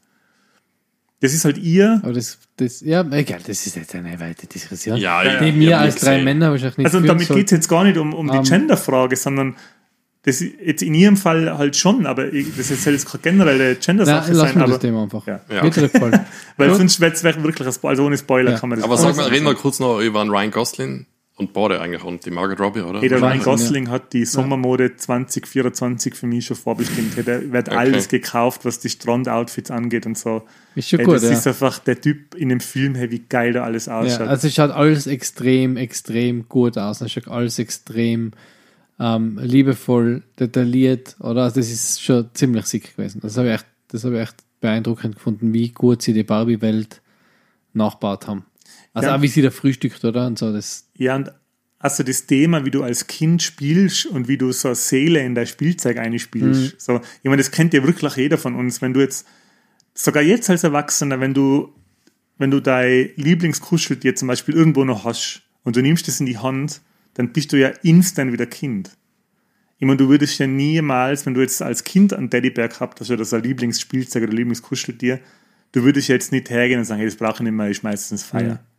Das ist halt ihr. Aber das, das ja, egal, das ist jetzt eine weite Diskussion. Ja, Ja, Die ich mir hab als nicht drei gesehen. Männer wahrscheinlich nicht Also und führen damit soll. geht es jetzt gar nicht um, um die Ähm, Genderfrage, sondern das ist jetzt in ihrem Fall halt schon, aber ich, das soll jetzt keine generelle Nein, Gender-Sache lass sein, mir aber, das Thema einfach. Ja. Ja, Wird dir gefallen. weil Gut. sonst wäre es wirklich ein Spoiler, also ohne Spoiler Ja. kann man das Aber nicht sag mal, sagen. reden wir kurz noch über einen Ryan Gosling und beide eigentlich und die Margaret Robbie, oder? Hey, der Ryan Wahnsinn, Gosling hat die Sommermode zwanzig vierundzwanzig für mich schon vorbestimmt. Hey, der wird Okay. alles gekauft, was die Strandoutfits angeht und so. Ist schon Hey, gut, das ja. ist einfach der Typ in dem Film, hey, wie geil da alles Ja, ausschaut. also es schaut alles extrem, extrem gut aus. Es schaut alles extrem ähm, liebevoll, detailliert, oder? Also das ist schon ziemlich sick gewesen. Das habe ich echt, das habe ich echt beeindruckend gefunden, wie gut sie die Barbie-Welt nachgebaut haben. Also Ja. auch wie sie da frühstückt, oder? Und so, das, Ja, und also das Thema, wie du als Kind spielst und wie du so eine Seele in dein Spielzeug einspielst. Mhm. So, ich meine, das kennt ja wirklich jeder von uns. Wenn du jetzt, sogar jetzt als Erwachsener, wenn du, wenn du dein Lieblingskuscheltier zum Beispiel irgendwo noch hast und du nimmst das in die Hand, dann bist du ja instant wieder Kind. Ich meine, du würdest ja niemals, wenn du jetzt als Kind einen Teddybär gehabt hast oder so ein Lieblingsspielzeug oder Lieblingskuscheltier, du würdest ja jetzt nicht hergehen und sagen, hey, das brauche ich nicht mehr, ich schmeiße es ins Feuer. Ja.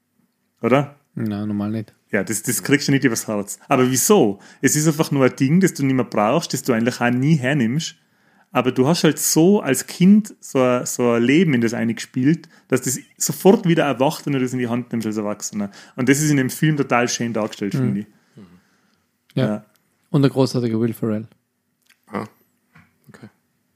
Oder? nein, normal nicht. Ja, das, das kriegst du nicht übers Herz. Aber wieso? Es ist einfach nur ein Ding, das du nicht mehr brauchst, das du eigentlich auch nie hernimmst. Aber du hast halt so als Kind so ein, so ein Leben in das eingespielt, dass das sofort wieder erwacht, wenn du das in die Hand nimmst als Erwachsener. Und das ist in dem Film total schön dargestellt, finde ich. Ja. Ja. Und der großartige Will Ferrell. Ah, okay.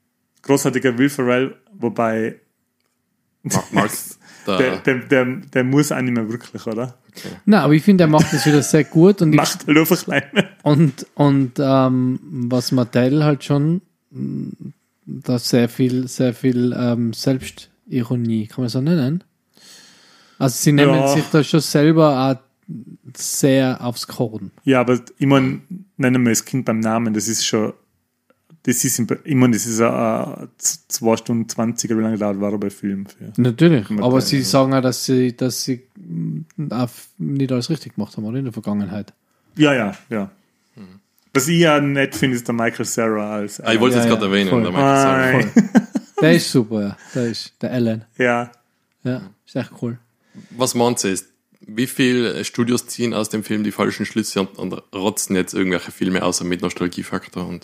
großartiger Will Ferrell, wobei Mark, Mark der, der, der, der, der muss auch nicht mehr wirklich, oder? Nein, aber ich finde, er macht das wieder sehr gut. Und, ich, Macht halt einfach kleine. und, und ähm, was Mattel halt schon, mh, da sehr viel, sehr viel ähm, Selbstironie, kann man so nennen. Also sie nehmen Ja. sich da schon selber auch sehr aufs Korn. Ja, aber ich meine, nennen wir das Kind beim Namen, das ist schon, das ist, im- ich meine, das ist ein zwei Stunden zwanzig, wie lange dauert war er bei Film? Für. Natürlich, Mattel, aber sie ja. sagen auch, dass sie, dass sie mh, auch nicht alles richtig gemacht haben, oder in der Vergangenheit. Ja, ja, ja. Was ich ja nett finde, ist der Michael Cera als. ah, ich wollte es Ja, gerade ja, erwähnen. voll. Der Michael Cera. Nein. Der ist super, ja. Der ist der Alan. Ja. Ja, ist echt cool. Was meinst du ist, wie viele Studios ziehen aus dem Film die falschen Schlüsse und, und rotzen jetzt irgendwelche Filme außer mit Nostalgiefaktor? Und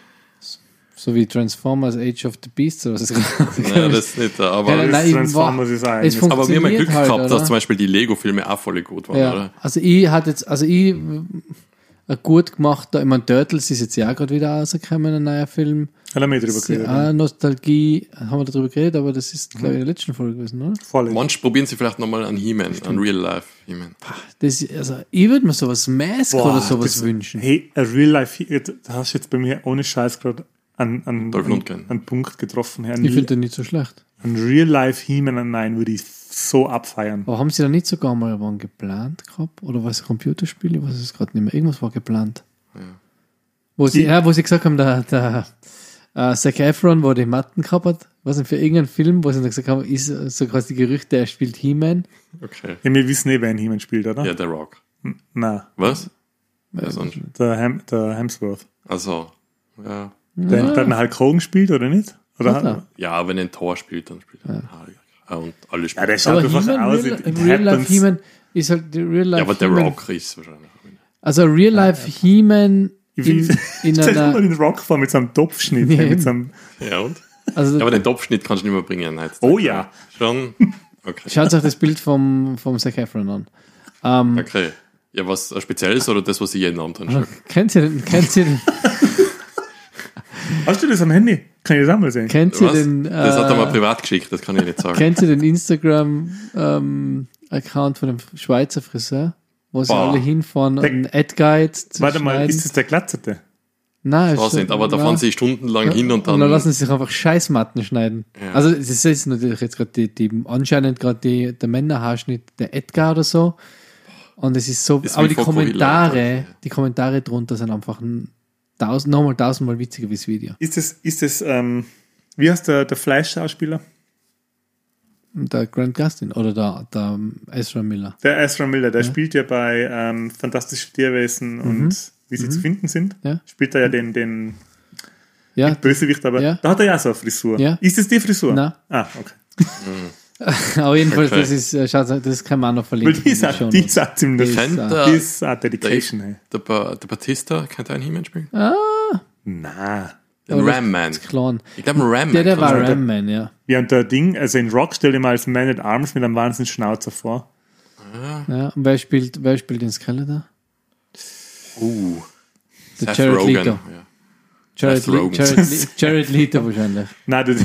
So wie Transformers Age of the Beasts oder was ist naja, das nicht, aber, Ja, Das nein, ich Transformers war- ist ein es eigenes- aber wir haben ja Glück funktioniert halt, gehabt, oder? dass zum Beispiel die Lego-Filme auch voll gut waren, Ja, oder? also ich hatte jetzt, also ich äh, gut gemacht, ich meine, Turtles ist jetzt ja auch gerade wieder rausgekommen, ein neuer Film. Da haben wir drüber geredet. Ja, Nostalgie, haben wir darüber geredet, aber das ist, glaube ich, in der letzten Folge gewesen, oder? Voll. Manche probieren sie vielleicht nochmal an He-Man, an Real-Life He-Man. Das, also, ich würde mir sowas Mask Boah, oder sowas das- wünschen. Hey, a Real Life, da hast du jetzt bei mir ohne Scheiß gerade an, an, Dolph an, Lundgren. an Punkt getroffen. Herr. Ich finde den nicht so schlecht. Ein Real Life He-Man Nein würde ich so abfeiern. Aber haben sie da nicht sogar mal wann geplant gehabt? Oder was Computerspiele? Was ist gerade nicht mehr? Irgendwas war geplant. Wo sie, Die- ja, wo sie gesagt haben, der, der äh, Zac Efron, wo die Matten gehabt hat, was denn für irgendeinen Film, wo sie dann gesagt haben, ist äh, so quasi die Gerüchte, er spielt He-Man. Okay. Ja, wir wissen eh, wer ein He-Man spielt, oder? Ja, der Rock. Nein, Was? Ja, sonst. der, Ham, der Hemsworth. Also, ja. Der, der hat einen Hulk Hogan gespielt, oder nicht? Oder Hat er? hat, Ja, wenn er ein Tor spielt, dann spielt er einen Hulk. Ah, und alle ja, spielen. der schaut Aber einfach He-Man, aus. Real, it Real Life happens. He-Man ist halt die Real Life Ja, aber der He-Man. Rock ist wahrscheinlich. Also Real Life He-Man in, in Stell dir mal einer, den Rock vor mit so einem Topfschnitt. Ja, hey, mit eben. so einem, Ja, und? also Ja, aber den Topfschnitt kannst du nicht mehr bringen. Jetzt. oh ja. Schon? Okay. schaut euch das Bild vom, vom Zac Efron an. Ähm, Okay. Ja, was äh, Spezielles oder das, was ich jeden Abend anschaue? kennt ihr den, kennt ihr den, Hast du das am Handy? Kann ich das auch mal sehen? kennt ihr Was? den, Das hat er äh, mal privat geschickt, das kann ich nicht sagen. kennt ihr den Instagram-Account von dem Schweizer Friseur? Wo sie Boah. alle hinfahren Der- und einen Ad-Guide zu Warte mal, schneiden? ist das der Glatzerte? Nein, Da ist sind, aber da nein. fahren sie stundenlang hin und Und dann dann. lassen sie sich einfach Scheißmatten schneiden. Ja. Also das ist natürlich jetzt gerade die, die anscheinend gerade die, der Männerhaarschnitt der Edgar oder so. Und es ist so, Das aber will die Fokuhila Kommentare, einfach. die Kommentare drunter sind einfach ein tausend, nochmal tausendmal witziger wie das Video. Ist das, ist das, ähm, wie heißt der, der Fleischschauspieler? Und der Grant Gustin oder der, der Ezra Miller. Der Ezra Miller, der spielt ja bei ähm, Fantastische Tierwesen und wie sie zu finden sind. Ja. Spielt er ja den, den Ja, Bösewicht, aber Ja. da hat er ja auch so eine Frisur. Ja. Ist das die Frisur? Nein. Ah, okay. aber jedenfalls, Okay. das ist, äh, schaut, das kann man auch noch Weil verlinken. die ist in auch, den Shownotes. die ist auch ziemlich, Die die ist, Kennt äh, der, ist auch Dedication, hey. der, ba, der Batista, kennt er einen He-Man spielen? Na. Den Aber Ram-Man. das ist klein. Ich glaube, ein Ram-Man. Der, der kann war sein. Ram Man, ja. Ja, und der Ding, also in Rock stell dir mal als Man at Arms mit einem wahnsinnigen Schnauzer vor. ja. Und wer spielt, wer spielt den Skeletor? Uh, Der Seth Jared Rogen. Leto. Ja. Jared, Seth Le Rogen. Jared, Le Jared Leto wahrscheinlich. Nein, das,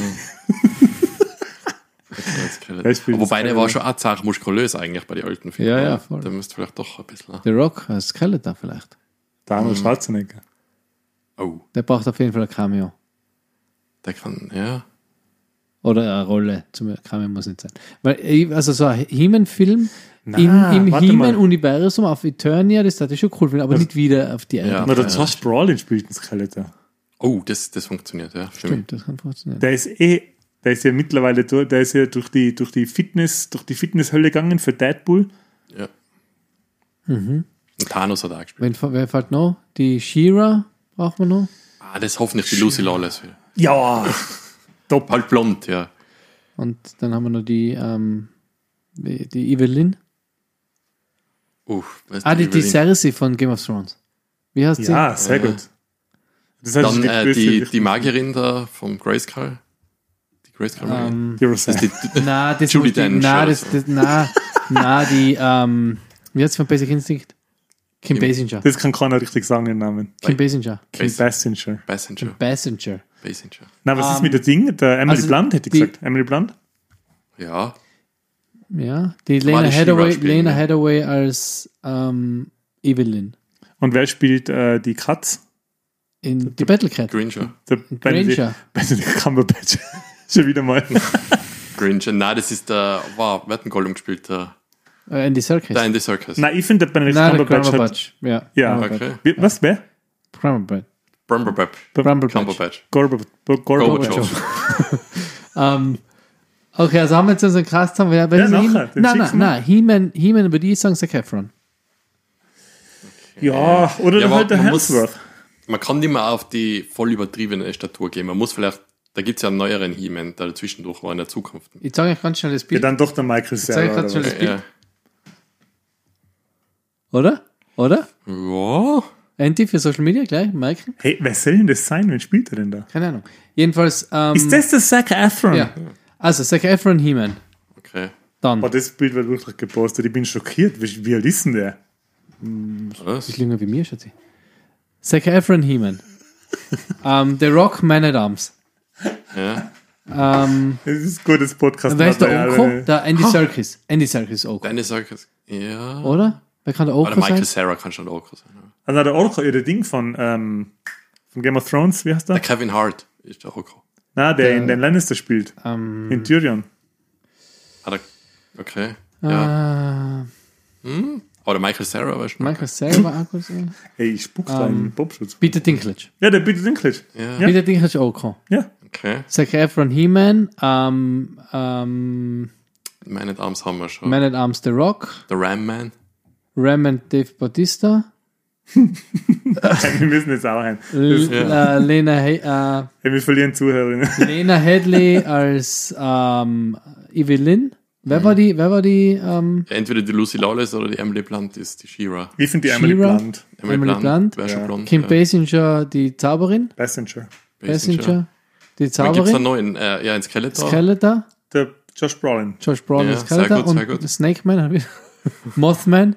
Der Der spielt Wobei, der das war schon auch zart muskulös eigentlich bei den alten Filmen. Ja, ja, voll. Der müsste vielleicht doch ein bisschen. The Rock als Skeletor vielleicht. der Arnold Schwarzenegger. Oh, Der braucht auf jeden Fall ein Cameo. der kann, ja. Oder eine Rolle. Zum Cameo muss nicht sein. Weil, ich- also so ein He-Man-Film Na, im, im warte mal. He-Man-Universum auf Eternia, das hätte ich schon cool finden, aber nicht wieder auf die Erde. Ja. Na, der Josh Brolin spielt einen Skeletor. Oh, das, das funktioniert, ja. Für mich. Stimmt, das kann funktionieren. Der ist eh, der ist ja mittlerweile durch, der ist ja durch die, durch die Fitness, durch die Fitnesshölle gegangen für Deadpool. Ja. Und Thanos hat auch gespielt. Wen, wer fällt noch? Die She-Ra braucht man noch. Ah, das ist hoffentlich die Lucy Lawless. Ja, top. Halt blond, ja. Und dann haben wir noch die, ähm, die, die Evelyn. Uff, weißt Ah, du, die, die Evelyn? Cersei von Game of Thrones. Wie heißt sie? Ja, sehr Ja. gut. Das heißt, Dann äh, die, Bösewicht- die Magierin da vom Grayskull. Die Grayskull Magierin. Ähm, die Das Roseanne. ist die, na, das Judi muss die, Dench na, oder das, so. das, na, na, die, ähm, wie heißt von Basic Instinct? Kim Kim- Basinger. Das kann keiner richtig sagen, den Namen. Kim Basinger. Kim Bas- Basinger. Passenger. Passenger. Basinger. Na, was Ähm, ist mit der Ding? Der Emily also Blunt, hätte ich die- gesagt. Emily Blunt? Ja. Ja, die War Lena die Hathaway, She-Ra spielen, Lena ja. Hathaway als ähm, Evelyn Und wer spielt äh, die Katz? in die Battle Cat. Gringer. Der Benedict, Granger. Benedict Cumberbatch. Schon wieder mal. Gringer. Nein, das ist der, wow, wer hat den Gollum gespielt? Der, Äh, Andy Serkis. der Andy Serkis. Nein, ich finde, der Benedict Nein, der Cumberbatch hat... Cumberbatch. Ja, Ja, Cumberbatch. Okay. Wie- Was, wer? Cumberbatch. Brumberbatch. Cumberbatch. Cumberbatch. Gorbachev. Gorbachev. Gorbachev. Ähm, okay, also haben wir jetzt unseren Cast zusammen. Wer- wer Ja, ist He- nachher, den Nein, schickst nein, du nein. He-Man, He-Man würde ich sagen, Zac Efron. Ja, oder Ja, aber halt der man muss- Hemsworth. Man kann nicht mehr auf die voll übertriebene Statur gehen. Man muss vielleicht, da gibt es ja einen neueren He-Man, der dazwischendurch war in der Zukunft. Ich zeige euch ganz schnell das Ja, Bild. dann doch der Michael zeig Cera. grad oder schon was? das Ja. Oder? Oder? Ja. Anti für Social Media, gleich, Michael? Hey, wer soll denn das sein? Wen spielt er denn da? Keine Ahnung. Jedenfalls, ähm, Ist das der Zac Efron? ja. Also, Zac Efron, He-Man. Okay. Dann. Boah, das Bild wird wirklich gepostet. Ich bin schockiert. Wie, wie alt ist denn der? Was? Ich klinge wie mir, Schatzi. Zac Efron, He-Man. ähm, The Rock, Man at Arms. Ja. Ähm, Das ist gutes Podcast. wer ist der Material, Oko? ey. Der Andy Serkis. Andy Serkis Oko. Der Andy Serkis. Ja. Oder? Wer kann der Oder Oko Michael sein? Cera kann schon auch sein. Also der Orko, der Ding von, ähm, von Game of Thrones, wie heißt der? Der Kevin Hart ist der Rocco. Na, der in den Lannister spielt. Ähm, In Tyrion. Ah, der, okay. Ja. äh, Aber der Michael Cera weißt du? Michael Cera war auch gut. sein. Hey, ich spuck's da Ähm, im Bobschutz. Peter Dinklage. Ja, der Peter Dinklage. Ja. Ja. Peter Dinklage Oko. Ja. Okay. Zac Efron, He-Man. Ähm, ähm, Man at Arms haben wir schon. Man at Arms, The Rock. Der Ram Man. Ram and Dave Bautista. Wir müssen jetzt auch ein. L Ja. äh, Lena, He äh, Hey, wir verlieren Zuhörerinnen. Lena Headley als ähm, Evelyn. Wer war die? Wer war die? Ähm, Ja, entweder die Lucy Lawless oder die Emily Blunt ist die She-Ra. Ich finde die Emily She-Ra? Blunt. Emily Blunt. Wäre schon Ja. blond. Kim ja. Basinger, die Zauberin. Passenger. Passenger, die Dann gibt es einen Zauberin. neuen, äh, ja, in Skeletor. Skeletor. Der Josh Brolin. Josh Brolin Ja, als Skeletor. sehr gut, sehr Und gut. Snake Man. Mothman.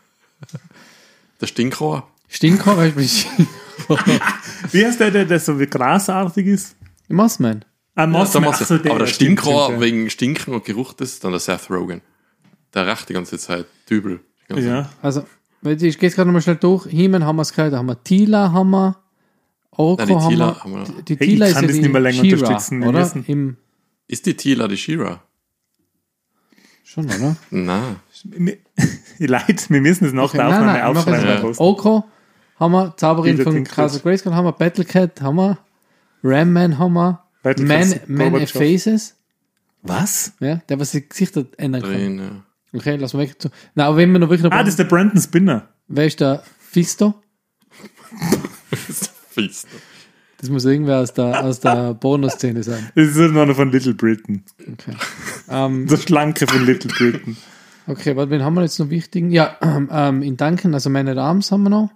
Der Stinkrohr. Stinker. weißt du, Wie heißt der, der, der so wie grasartig ist? Mothman. Ah, Ja, Mothman. der Ach Mothman. so, der, Aber der ja, stimmt, Stinkrohr stimmt, ja. wegen Stinken und Geruch, das ist dann der Seth Rogen. Der raucht die ganze Zeit. Dübel. Die ganze Ja. Also, weil ich gehe jetzt gerade nochmal schnell durch. He-Man haben wir es gehört, da haben wir Tila, haben wir. Orko Nein, die haben Tila wir. haben wir. Die, die Hey, Tila ich ist kann ja das die nicht mehr länger She-Ra, unterstützen, wir oder? wissen. Im, Ist die Tila die She-Ra? schon, oder? Nein. Leid, wir müssen es nach Okay, der nein, Aufnahme nein, mach aufschreiben. es. und posten. Oko haben wir, Zauberin Peter von Dinklage. Castle Grayskull haben wir, Battlecat haben wir, Ram Man haben wir, Battle Man, Cats, Man of Gorbatschow. Faces, Was? ja, der, was sich Gesichter ändern kann. Drehen, ja. Okay, lassen wir weg. Na, aber wenn wir noch wirklich noch Ah, das ist der Brandon Spinner. wer ist der Fisto? Das ist fies. Das muss irgendwer aus der, aus der Bonus-Szene sein. Das ist so einer von Little Britain. Okay. Ähm, Der Schlanke von Little Britain. okay, warte, wen haben wir jetzt noch wichtigen? Ja, ähm, ähm, in Duncan, also Man at Arms haben wir noch.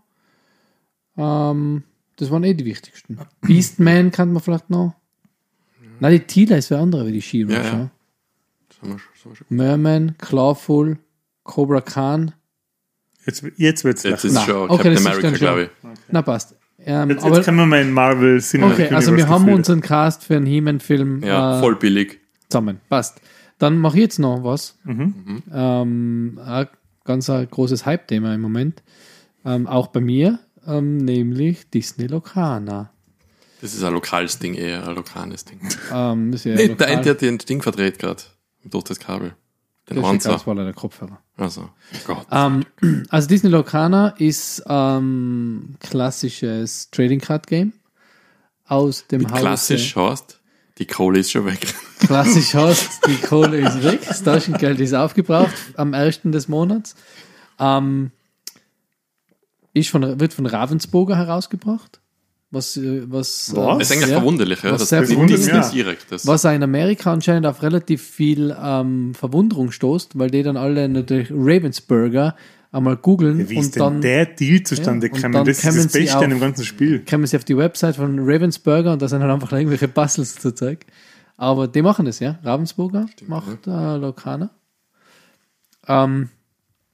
Ähm, das waren eh die wichtigsten. Beastman kann man vielleicht noch. Nein, die Tila ist wer andere wie die She-Ra. Ja, ja. schau. Das haben wir schon. Das haben wir schon. Merman, Clawful, Cobra Khan. Jetzt, jetzt wird es Jetzt lächerlich. ist Na, schon okay, Captain das ist America, dann schon- glaube ich. Na, passt. Ähm, Jetzt, aber, jetzt können wir mal in Marvel Cinematic okay, also wir Universe haben gefühlt. unseren Cast für einen He-Man-Film Ja, äh, voll billig. zusammen. Passt. Dann mache ich jetzt noch was. Mhm. Ähm, ein ganz ein großes Hype-Thema im Moment. Ähm, auch bei mir, ähm, nämlich Disney Locana. Das ist ein lokales Ding eher, ein lokales Ding. Ähm, ist ja Nee, lokal. der Ente hat den Ding verdreht gerade. Durch das Kabel. Den Das ist Wanzer. egal, der Kopfhörer. Also, Gott. Ähm, also Disney Locana ist ähm, klassisches Trading Card Game aus dem Hause. Klassisch heißt, die Kohle ist schon weg. Klassisch heißt, die Kohle ist weg, das Taschengeld ist aufgebraucht am ersten des Monats. Ähm, ist von, wird von Ravensburger herausgebracht. Was, äh, was, Was? äh, Das ist eigentlich ja, verwunderlich, ja. was Das sehr ist verwunderlich, nicht ja. direkt. Das was auch in Amerika anscheinend auf relativ viel ähm, Verwunderung stoßt, weil die dann alle natürlich Ravensburger einmal googeln Wie ist und denn dann der Deal zustande Ja, und gekommen? dann Das ist kommen das sie Beste an dem auf- ganzen Spiel. kommen sie auf die Website von Ravensburger und da sind halt einfach irgendwelche Puzzles zu zeigen. Aber die machen das, ja. Ravensburger macht äh, Locana. Ähm,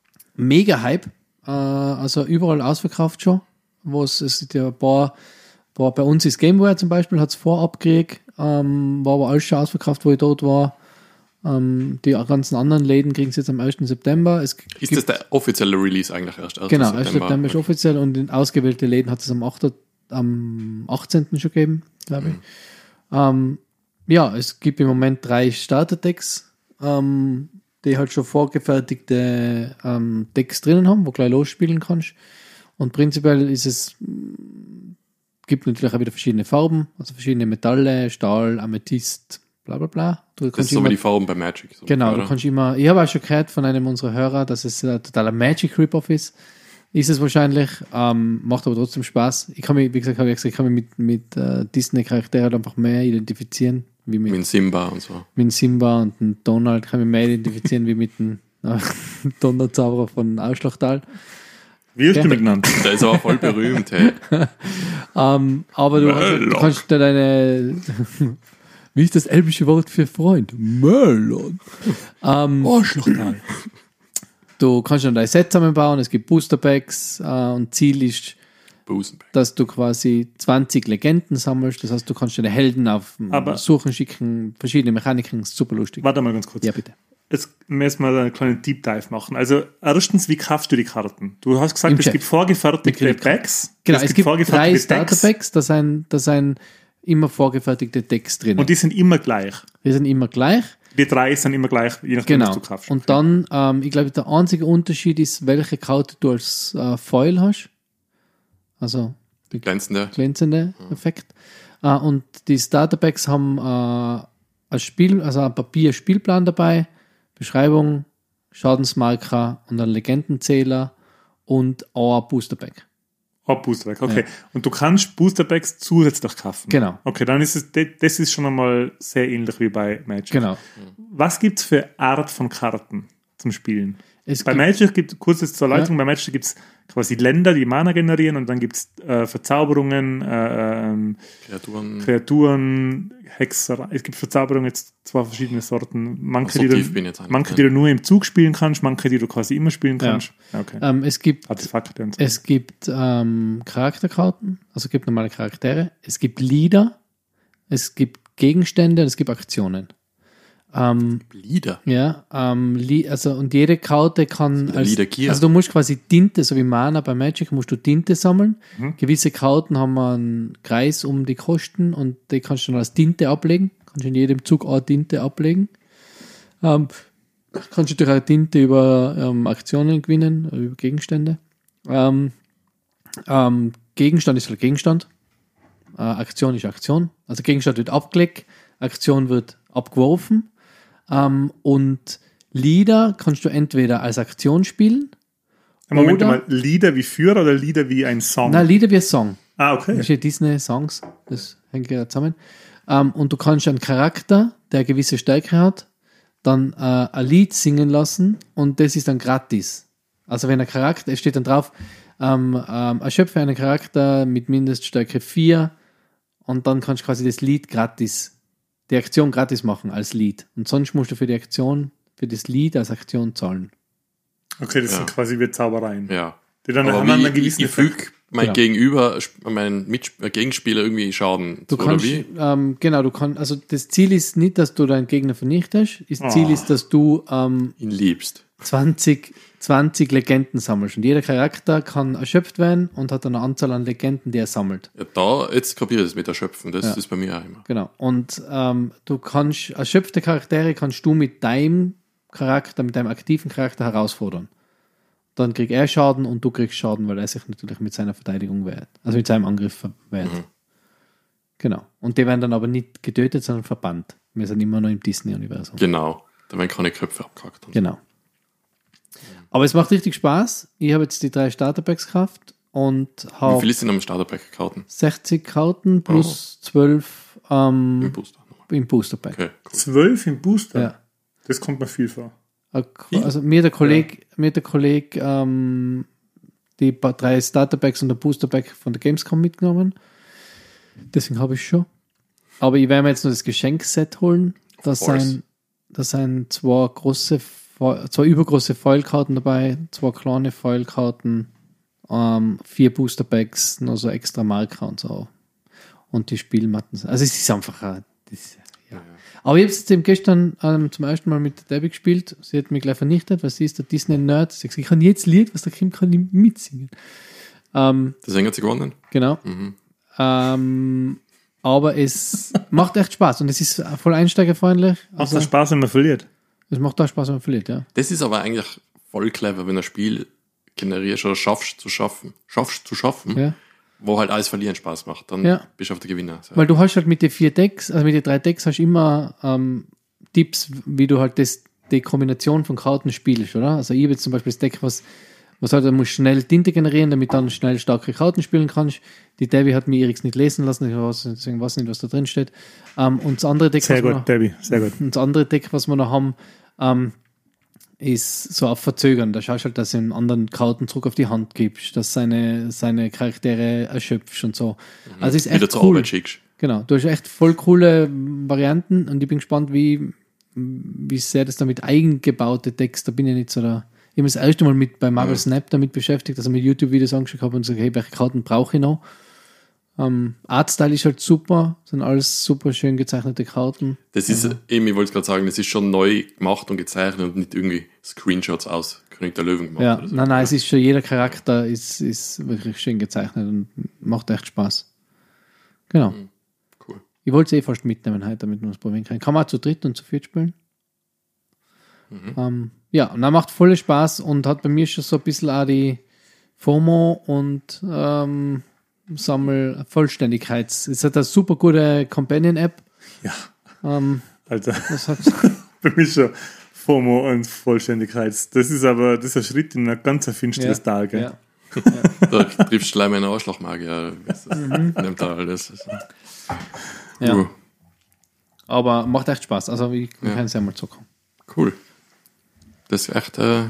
mega Hype. Äh, also überall ausverkauft schon. Wo es, es sind ja ein paar War bei uns ist Gameware zum Beispiel, hat es vorab gekriegt, ähm, war aber alles schon ausverkauft, wo ich dort war. Ähm, die ganzen anderen Läden kriegen es jetzt am ersten September. Es Ist gibt, das der offizielle Release eigentlich erst? genau, ersten September ist offiziell und in ausgewählte Läden hat es am, achten am achtzehnten schon gegeben, glaube ich. Mhm. Ähm, ja, es gibt im Moment drei Starter-Decks, ähm, die halt schon vorgefertigte ähm, Decks drinnen haben, wo du gleich losspielen kannst. Und prinzipiell ist es, gibt natürlich auch wieder verschiedene Farben, also verschiedene Metalle, Stahl, Amethyst, bla bla bla. Du das ist so immer, wie die Farben bei Magic. So genau, oder? Du kannst immer, ich habe auch schon gehört von einem unserer Hörer, dass es ein totaler Magic-Rip-Off ist. Ist es wahrscheinlich, ähm, macht aber trotzdem Spaß. Ich kann mich, wie gesagt, habe ich gesagt, ich kann mich mit, mit äh, Disney-Charakteren einfach mehr identifizieren. Wie mit, mit Simba und so. Mit Simba und dem Donald kann ich mich mehr identifizieren wie mit dem äh, Donnerzauberer von Ausschlachtal. Wie hast ja. du mich genannt? Der ist aber voll berühmt, hey. um, aber du, hast, du kannst da deine wie ist das elbische Wort für Freund? Melon. Um, Ausschlachtal. Du kannst dann dein Set zusammenbauen, es gibt Booster-Packs äh, und Ziel ist, dass du quasi zwanzig Legenden sammelst. Das heißt, du kannst deine Helden auf Aber Suchen schicken, verschiedene Mechaniken, super lustig. Warte mal ganz kurz. Ja, bitte. Jetzt müssen wir einen kleinen Deep Dive machen. Also, erstens, wie kaufst du die Karten? Du hast gesagt, Im es Chef. gibt vorgefertigte Packs. Genau, es, es gibt, gibt drei Decks. Starter-Packs, da sind, da sind immer vorgefertigte Decks drin. Und die sind immer gleich. Die sind immer gleich. Die drei sind immer gleich, je nachdem, genau. was du kaufst. Und dann, ähm, ich glaube, der einzige Unterschied ist, welche Karte du als äh, Foil hast. Also die glänzende, glänzende ja. Effekt. Äh, und die Starterpacks haben äh, ein Spiel, also ein Papier-Spielplan dabei, Beschreibung, Schadensmarker und einen Legendenzähler und auch ein Boosterpack. Oh, Boosterpack, okay. Ja. Und du kannst Boosterpacks zusätzlich kaufen. Genau. Okay, dann ist es, das ist schon einmal sehr ähnlich wie bei Magic. Genau. Was gibt es für Art von Karten zum Spielen? Es bei gibt, Magic gibt es, kurzes zur Erläuterung, ja. bei Magic gibt es quasi Länder, die Mana generieren und dann gibt es äh, Verzauberungen, äh, ähm, Kreaturen. Kreaturen, Hexer. Es gibt Verzauberungen, jetzt zwei verschiedene Sorten. Manche, so die, du, manche die du nur im Zug spielen kannst, manche, die du quasi immer spielen kannst. Ja. Okay. Ähm, es gibt, Artefakte und so. es gibt ähm, Charakterkarten, also es gibt normale Charaktere, es gibt Lieder, es gibt Gegenstände und es gibt Aktionen. Ähm, Lieder? Ja, ähm, li- also und jede Karte kann als, als also du musst quasi Tinte, so wie Mana bei Magic, musst du Tinte sammeln. Mhm. Gewisse Karten haben einen Kreis um die Kosten und die kannst du dann als Tinte ablegen. Kannst in jedem Zug eine Tinte ablegen. Ähm, kannst du durch eine Tinte über ähm, Aktionen gewinnen, über Gegenstände. Ähm, ähm, Gegenstand ist halt Gegenstand. Äh, Aktion ist Aktion. Also Gegenstand wird abgelegt, Aktion wird abgeworfen. Um, und Lieder kannst du entweder als Aktion spielen. Moment oder, mal, Lieder wie Führer oder Lieder wie ein Song? Nein, Lieder wie ein Song. Ah, okay. Das sind Disney-Songs, das hängt ja zusammen. Um, und du kannst einen Charakter, der eine gewisse Stärke hat, dann uh, ein Lied singen lassen und das ist dann gratis. Also wenn ein Charakter, es steht dann drauf, um, um, erschöpfe einen Charakter mit Mindeststärke vier und dann kannst du quasi das Lied gratis die Aktion gratis machen als Lied. Und sonst musst du für die Aktion, für das Lied als Aktion zahlen. Okay, das ja. sind quasi wie Zaubereien. Ja. Die dann aber haben wie, einen gewissen ich füge mein genau. Gegenüber, mein Mitsp- Gegenspieler irgendwie Schaden. Du oder kannst, wie? ähm, genau, du kannst, also das Ziel ist nicht, dass du deinen Gegner vernichtest. Das Ziel oh. ist, dass du ähm, ihn liebst. zwanzig, zwanzig Legenden sammelst. Und jeder Charakter kann erschöpft werden und hat eine Anzahl an Legenden, die er sammelt. Ja, da, jetzt kapiere ich das mit Erschöpfen. Das ja. ist bei mir auch immer. Genau. Und ähm, du kannst, erschöpfte Charaktere kannst du mit deinem Charakter, mit deinem aktiven Charakter herausfordern. Dann kriegt er Schaden und du kriegst Schaden, weil er sich natürlich mit seiner Verteidigung wehrt. Also mit seinem Angriff wehrt. Mhm. Genau. Und die werden dann aber nicht getötet, sondern verbannt. Wir sind immer noch im Disney-Universum. Genau. Da werden keine Köpfe abgehackt. Genau. Aber es macht richtig Spaß. Ich habe jetzt die drei Starterpacks gekauft und habe. Wie viel ist denn am Starterpack-Karten? sechzig Karten plus oh. zwölf ähm, im Booster. Im Boosterpack. Okay, cool. zwölf im Booster? Ja. Das kommt mir viel vor. Also mir der Kollege, ja. mir der Kollege ähm, die drei Starterpacks und der Boosterpack von der Gamescom mitgenommen. Deswegen habe ich schon. Aber ich werde mir jetzt nur das Geschenkset holen. Da sind, da sind zwei große, zwei übergroße Foilkarten dabei, zwei kleine Foilkarten, ähm, vier Boosterpacks, noch so extra Marker und so. und die Spielmatten. Also es ist einfach, äh, das, ja. ja. Aber ich habe es jetzt eben gestern ähm, zum ersten Mal mit der Debbie gespielt. Sie hat mich gleich vernichtet, weil sie ist der Disney-Nerd. Sie hat gesagt, ich kann jedes Lied, was da kommt, kann ich mitsingen. Ähm, Deswegen hat sie gewonnen. Genau. Mhm. Ähm, aber es macht echt Spaß und es ist voll einsteigerfreundlich. Macht Also, das Spaß, wenn man verliert? es macht auch Spaß, wenn man verliert, ja. Das ist aber eigentlich voll clever, wenn ein Spiel generierst oder schaffst zu schaffen, schaffst zu schaffen, ja. wo halt alles verlieren Spaß macht. Dann Ja. bist du auf der Gewinner. So. Weil du hast halt mit den vier Decks, also mit den drei Decks, hast immer ähm, Tipps, wie du halt das, die Kombination von Karten spielst, oder? Also ich habe jetzt zum Beispiel das Deck, was, was halt, du musst schnell Tinte generieren, damit dann schnell starke Karten spielen kannst. Die Debbie hat mir Eriks nicht lesen lassen, ich weiß, deswegen weiß nicht, was da drin steht. Ähm, und das andere Deck, Sehr was wir gut, noch, Debbie, sehr gut. und das andere Deck, was wir noch haben, ähm, ist so auf Verzögern. Da schaust du halt, dass du einen anderen Karten zurück auf die Hand gibst, dass seine, seine Charaktere erschöpfst und so. Also ist Wieder echt zur cool. Arbeit schickst. Genau, du hast echt voll coole Varianten und ich bin gespannt, wie, wie sehr das da mit eigengebaute Decks, da bin ich nicht so da. Ich habe mich das erste Mal mit, bei Marvel Ja. Snap damit beschäftigt, dass ich mir YouTube-Videos angeschaut habe und gesagt, hey, welche Karten brauche ich noch? Ähm, Artstyle ist halt super, sind alles super schön gezeichnete Karten. Das ist, eben, ich wollte es gerade sagen, das ist schon neu gemacht und gezeichnet und nicht irgendwie Screenshots aus König der Löwen gemacht. Ja, oder so. nein, nein, es ist schon, jeder Charakter ist, ist wirklich schön gezeichnet und macht echt Spaß. Genau. Cool. Ich wollte es eh fast mitnehmen heute, damit man es probieren kann. Kann man auch zu dritt und zu viert spielen. Mhm. Ähm, ja, und dann macht voll Spaß und hat bei mir schon so ein bisschen auch die FOMO und ähm, Sammel Vollständigkeits. Es hat eine super gute Companion-App. Ja, Ähm, Alter, das hat, für mich schon FOMO und Vollständigkeit. Das ist aber das ist ein Schritt in ein ganz finsteres ja, Tal, gell? ja. Da triffst du gleich meinen Arschlochmagier. Das Mhm. nimmt da alles. Ja. Uh, Aber macht echt Spaß. Also ich Ja. kann es ja mal zocken. cool. Das ist echt, äh,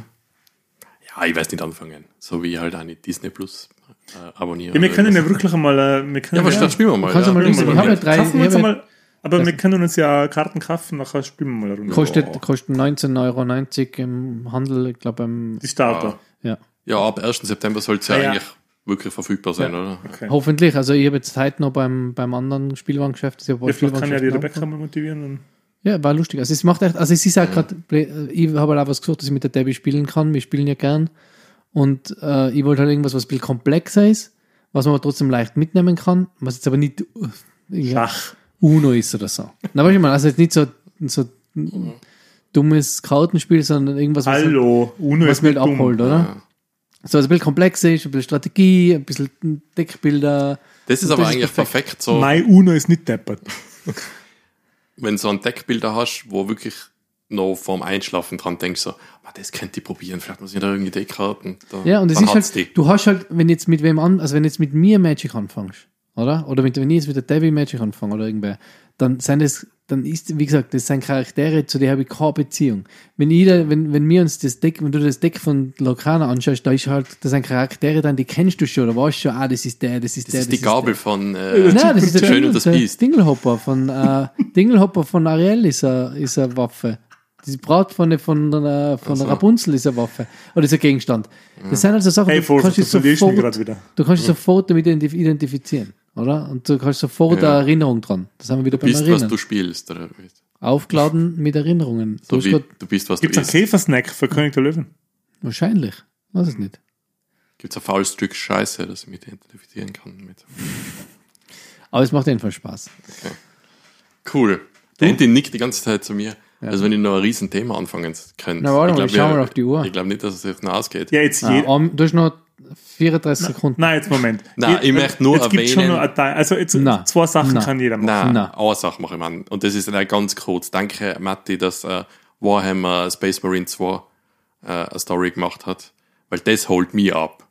ja, ich weiß nicht anfangen. So wie ich halt auch nicht Disney Plus äh, abonnieren. Ja, wir oder können ja irgendwas. wirklich einmal. äh, Wir können Ja, aber ja, statt spielen wir mal. Kannst ja. du mal spielen wir Ich mal habe mit. drei- Kaufen wir ich uns habe- einmal, aber Das- wir können uns ja Karten kaufen, nachher spielen wir mal eine Runde. Kostet, Ja. kostet neunzehn Euro neunzig im Handel, ich glaube beim Die Starter. ja. Ja, ab ersten September soll es ja, Ah, ja. eigentlich wirklich verfügbar sein, Ja. oder? Okay. Hoffentlich. Also ich habe jetzt heute noch beim, beim anderen Spielwarengeschäft, das ich Ja, vielleicht kann ja die Rebecca mal motivieren. Und Ja, war lustig. Also es macht echt, also es ist auch gerade, ich habe halt auch was gesucht, dass ich mit der Debbie spielen kann. Wir spielen ja gern. Und äh, ich wollte halt irgendwas, was ein bisschen komplexer ist, was man aber trotzdem leicht mitnehmen kann, was jetzt aber nicht äh, Schach. Uno ist oder so. Na, was ich meine, also jetzt nicht so, so ein dummes Kartenspiel, sondern irgendwas, was, Hallo, Uno was ist mir nicht halt dumm. abholt, oder? Ja. So, also ein bisschen komplexer ist, ein bisschen Strategie, ein bisschen Deckbilder. Das ist Und aber das ist eigentlich perfekt. perfekt, so, Mein Uno ist nicht deppert. wenn du so ein Deckbilder hast, wo wirklich noch vorm Einschlafen dran denkst, so, ah, das könnt ihr probieren, vielleicht muss ich da irgendwie Deckkarten. Da, Ja, und es dann ist hat's halt, du hast halt, wenn jetzt mit wem an, also wenn jetzt mit mir Magic anfängst, oder? Oder mit, wenn ich jetzt mit der Debbie Magic anfange oder irgendwer, dann sind es, dann ist, wie gesagt, das sind Charaktere, zu denen habe ich keine Beziehung. Wenn ich da, wenn, wenn wir uns das Deck, wenn du das Deck von Locana anschaust, da ist halt, das sind Charaktere dann, die kennst du schon, oder weißt schon, ah, das ist der, das ist Das der. ist die der. Gabel von äh, Nein, das ist der, Schön Dingle, und das der Biest. Dinglehopper von, äh, Dinglehopper von Ariel ist eine, ist eine Waffe. Die Brautpfanne von, äh, von so. Rapunzel ist eine Waffe. Oder ist ein Gegenstand. Das sind also Sachen, Hey, du Forst, kannst du dich verlierst mich sofort, gerade wieder. du kannst dich sofort damit identif- identifizieren, oder? Und du kannst sofort Ja. eine Erinnerung dran. Das haben wir wieder Du beim bist, was Erinnern. du spielst. Oder? Aufgeladen mit Erinnerungen. Du So hast wie, grad, du bist, was Gibt du es einen isst. Käfersnack für König der Löwen? wahrscheinlich. Weiß es nicht. Gibt es ein faules Stück Scheiße, das ich mit identifizieren kann. Mit. Aber es macht jedenfalls Spaß. Cool. Der Enti nickt die ganze Zeit zu mir. Also wenn ich noch ein riesen Thema anfangen könnte. Na, warte mal, glaub, ich schau wir- mal auf die Uhr. Ich glaube nicht, dass es sich noch ausgeht. Ja, jetzt Ah, jeder. um, du hast noch vierunddreißig Sekunden. Nein, jetzt Moment. Nein, Jetzt- ich möchte nur jetzt gibt's schon erwähnen- noch ein Teil. Also jetzt Nein. zwei Sachen Nein. kann jeder machen. Nein, Nein. eine Sache mache ich mal. Und das ist dann ganz kurz. Danke, Matti, dass äh, Warhammer Space Marine zwei äh, eine Story gemacht hat. Weil das holt mich ab.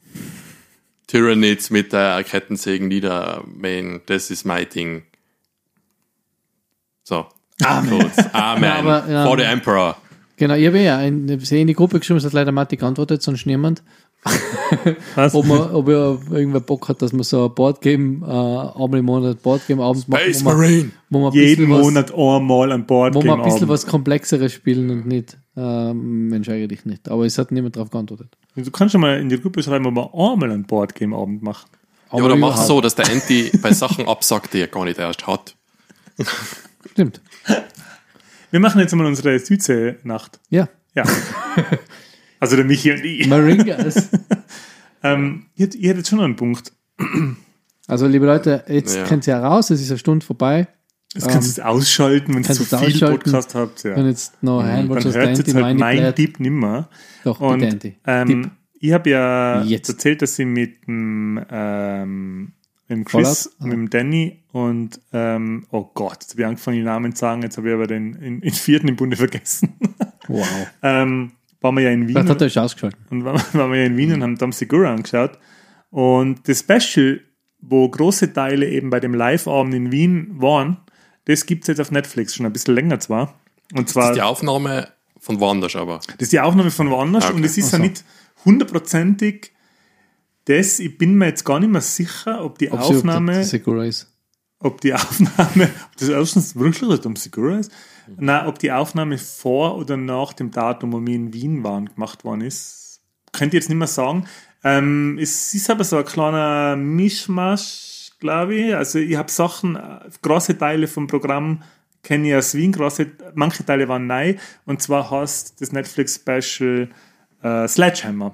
Tyranids mit der Kettensägen niedermähen, das ist mein Ding. So. Amen. Kurz. Amen. Ja, aber, ja. For the Emperor. Genau, ich habe ja in, ich hab in die Gruppe geschrieben, es hat leider Matti geantwortet, sonst niemand. Was? Ob, man, ob er irgendwer Bock hat, dass man so ein Boardgame, äh, einmal im Monat Boardgame-Abend macht, Space wo man, Marine. wo man ein Jeden bisschen was- Monat einmal an Bord wo gehen. wir ein bisschen was Komplexeres spielen und nicht, ähm, Mensch, eigentlich nicht. Aber es hat niemand drauf geantwortet. Du kannst schon mal in die Gruppe schreiben, ob wir einmal ein Boardgame-Abend machen. Ja, oder mach überhaupt- so, dass der Anti bei Sachen absagt, die er gar nicht erst hat. Stimmt. Wir machen jetzt mal unsere Südsee-Nacht. Ja. Ja. Also der Michi und ich. Maringas. Ähm, ihr, hätt- ihr hättet schon noch einen Punkt. Also, liebe Leute, jetzt Ja. könnt ihr raus, es ist eine Stunde vorbei. Das kannst du jetzt ausschalten, wenn ihr kannst zu du viel ausschalten. Podcast habt. Ja. Wenn jetzt noch ein Dann Wort aus hört der jetzt Anti halt meine mein bläht. Tipp nimmer. Doch, Und bitte, Anti. ähm, ich habe ja Jetzt. erzählt, dass ich mit dem, ähm, mit dem Fallout? Chris, mit dem Danny und ähm, oh Gott, jetzt habe ich angefangen, die Namen zu sagen, jetzt habe ich aber den in, in vierten im Bunde vergessen. Wow. ähm, waren wir ja in Wien. Vielleicht hat er euch ausgeschaltet. Und waren, waren wir ja in Wien und haben Tom Segura angeschaut. Und das Special, wo große Teile eben bei dem Live-Abend in Wien waren, das gibt es jetzt auf Netflix, schon ein bisschen länger zwar. Und Das zwar, ist die Aufnahme von woanders, aber. das ist die Aufnahme von woanders Okay. und es ist Ach ja so. nicht hundertprozentig das, ich bin mir jetzt gar nicht mehr sicher, ob die Ob sie Aufnahme, Segura ist. ob die Aufnahme, ob das erstens wirklich der Tom Segura ist, nein, ob die Aufnahme vor oder nach dem Datum, wo wir in Wien waren, gemacht worden ist, könnt ihr jetzt nicht mehr sagen. Ähm, es ist aber so ein kleiner Mischmasch, glaube ich. Also ich habe Sachen, äh, große Teile vom Programm kenne ich aus Wien, große, manche Teile waren neu. Und zwar heißt das Netflix-Special äh, Sledgehammer.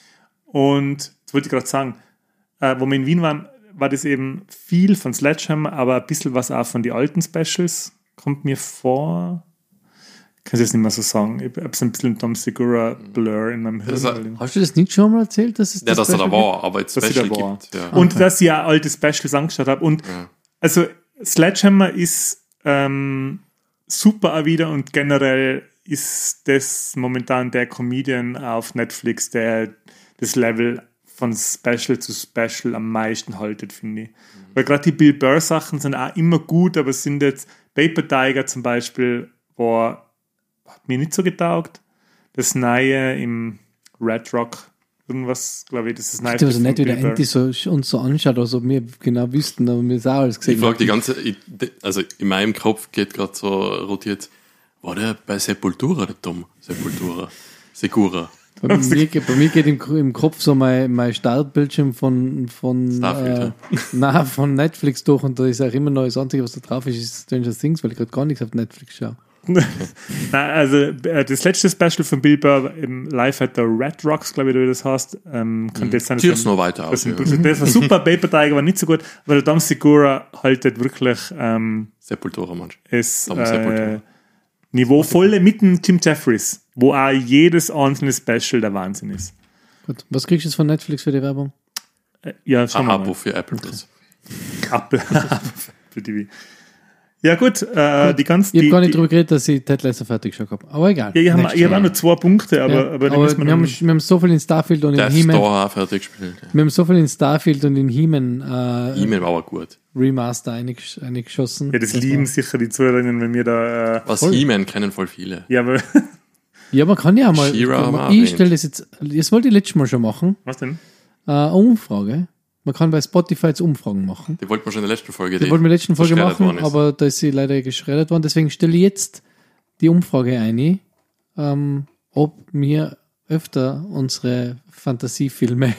Und das wollte ich gerade sagen, äh, wo wir in Wien waren, war das eben viel von Sledgehammer, aber ein bisschen was auch von den alten Specials. Kommt mir vor. Kann ich jetzt nicht mehr so sagen. Ich habe so ein bisschen Tom Segura Blur in meinem Hirn. Das ist- weil- Hast du das nicht schon mal erzählt? Dass es Ja, dass er da Special war, aber jetzt dass sie Special da war. gibt. Ja. Und dass ich ja alte Specials angeschaut habe. Und Ja. also Sledgehammer ist ähm, super auch wieder und generell ist das momentan der Comedian auf Netflix, der das Level von Special zu Special am meisten haltet, finde ich. Weil gerade die Bill Burr Sachen sind auch immer gut, aber es sind jetzt Paper Tiger zum Beispiel, war hat mir nicht so getaugt. Das Neue im Red Rock, irgendwas, glaube ich, das ist das Neue. Ich also von nicht, wie der Bill Burr. Anti so, uns so anschaut, als ob wir genau wüssten, aber wir es auch alles gesehen Ich frage die haben. ganze, ich, also in meinem Kopf geht gerade so rotiert, war der bei Sepultura, der Tom? Sepultura. Segura. Bei mir, geht- bei mir geht im, im Kopf so mein, mein Startbildschirm von, von, Starfield, äh, nein, von Netflix durch und da ist auch immer noch das Einzige, was da drauf ist, ist Stranger Things, weil ich gerade gar nichts auf Netflix schaue. Nein, also äh, das letzte Special von Bill Burr im Live at the Red Rocks, glaube ich, wie du das hast, ähm, kann das sein. dass Tier's ein- noch weiter aus. das, Ja. ein- das war super, Paper Tiger war nicht so gut, aber der Tom Segura haltet wirklich ähm, Sepultura, Mensch. das Tom äh, Sepultura. niveauvolle mit dem Tim Jeffries, wo auch jedes einzelne Special der Wahnsinn ist. Gut. Was kriegst du jetzt von Netflix für die Werbung? Äh, ja, schauen Ein wir Abo mal. für Apple Plus. Apple. Für T V. Ja gut, äh, die ganzen... Ich habe die, gar nicht die, drüber geredet, dass ich Ted Lasso fertig geschaut habe. Aber egal. ja, ich habe Nächstes hab auch noch zwei Punkte, aber, Ja, aber, aber die müssen wir wir, haben, noch- wir haben so viel in Starfield und in Death He-Man. Star auch fertig gespielt. Wir haben so viel in Starfield und in He-Man äh, E-Mail war aber gut. Remaster eingesch- eingeschossen. Ja, das lieben sicher die Zuhörerinnen, wenn wir da... Äh, Was Voll. He-Man kennen voll viele. ja, aber... Ja, man kann ja auch mal. She-Ra haben wir ich erwähnt. stelle das jetzt. Das wollte ich letztes Mal schon machen. Was denn? Äh, eine Umfrage. Man kann bei Spotify jetzt Umfragen machen. Die wollten wir schon in der letzten Folge. Die wollten wir in der letzten Folge verschreddert machen, worden ist. aber da ist sie leider geschreddert worden. Deswegen stelle ich jetzt die Umfrage ein, ähm, ob wir öfter unsere Fantasiefilme,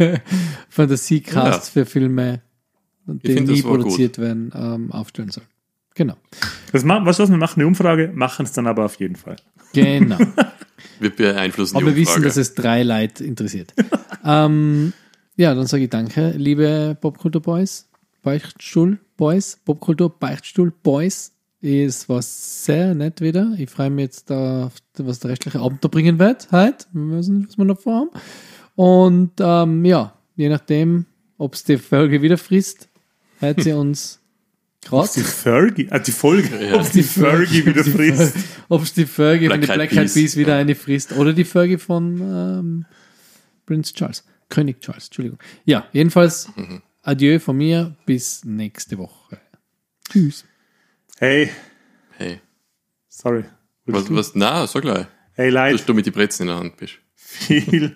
Fantasiecasts für Filme, die find, nie das war produziert werden, ähm, aufstellen sollen. Genau. Das ma was, was wir machen, eine Umfrage, machen es dann aber auf jeden Fall. Genau. Wir beeinflussen Aber wir die wissen, Umfrage. dass es drei Leute interessiert. ähm, ja, dann sage ich danke, liebe Popkultur-Boys, Beichtstuhl-Boys, Popkultur-Beichtstuhl-Boys. Es war sehr nett wieder. Ich freue mich jetzt auf, was der restliche Abend da bringen wird heute. Wir wissen nicht, was wir noch vorhaben. Und ähm, ja, je nachdem, ob es die Folge wieder frisst, hört sie uns gerade. Die Fergie, ah, die Folge, Ja. ob die Fergie wieder die frisst. Ob es die Fergie von Black den Eyed Black Eyed Peas. Peas wieder eine frisst oder die Fergie von ähm, Prince Charles. König Charles, Entschuldigung. Ja, jedenfalls Adieu von mir, bis nächste Woche. Tschüss. Hey, Hey. sorry. Was, was? Na, so gleich. Hey Leute, Dass du mit die Brezen in der Hand bist. viel,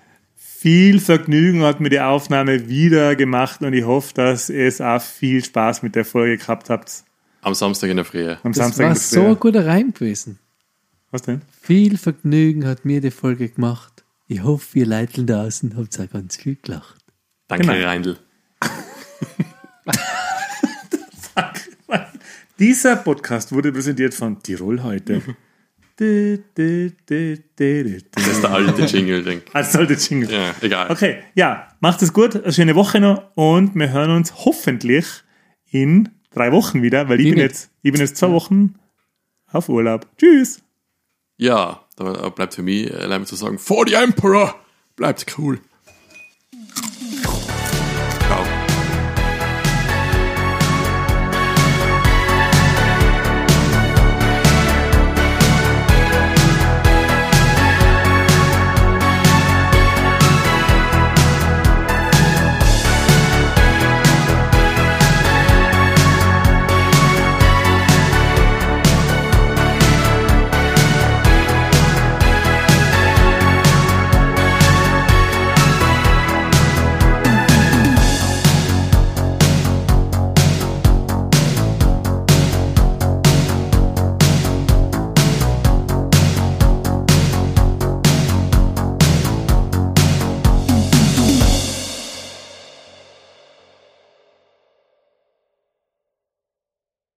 viel Vergnügen hat mir die Aufnahme wieder gemacht und ich hoffe, dass ihr es auch viel Spaß mit der Folge gehabt habt. Am Samstag in der Früh. Am Das Samstag war in der so Früh. ein guter Reim gewesen. Was denn? Viel Vergnügen hat mir die Folge gemacht. Ich hoffe, ihr Leute da draußen habt auch ganz viel gelacht. Danke, Genau. Reindl. Dieser Podcast wurde präsentiert von Tirol heute. Das ist der alte Jingle, denke ich. Ah, das ist der alte Jingle. Ja, egal. Okay, ja, macht es gut, eine schöne Woche noch und wir hören uns hoffentlich in drei Wochen wieder, weil ich bin, jetzt, ich bin jetzt zwei Wochen auf Urlaub. Tschüss! Ja, da bleibt für mich allein zu sagen, for the Emperor! Bleibt cool.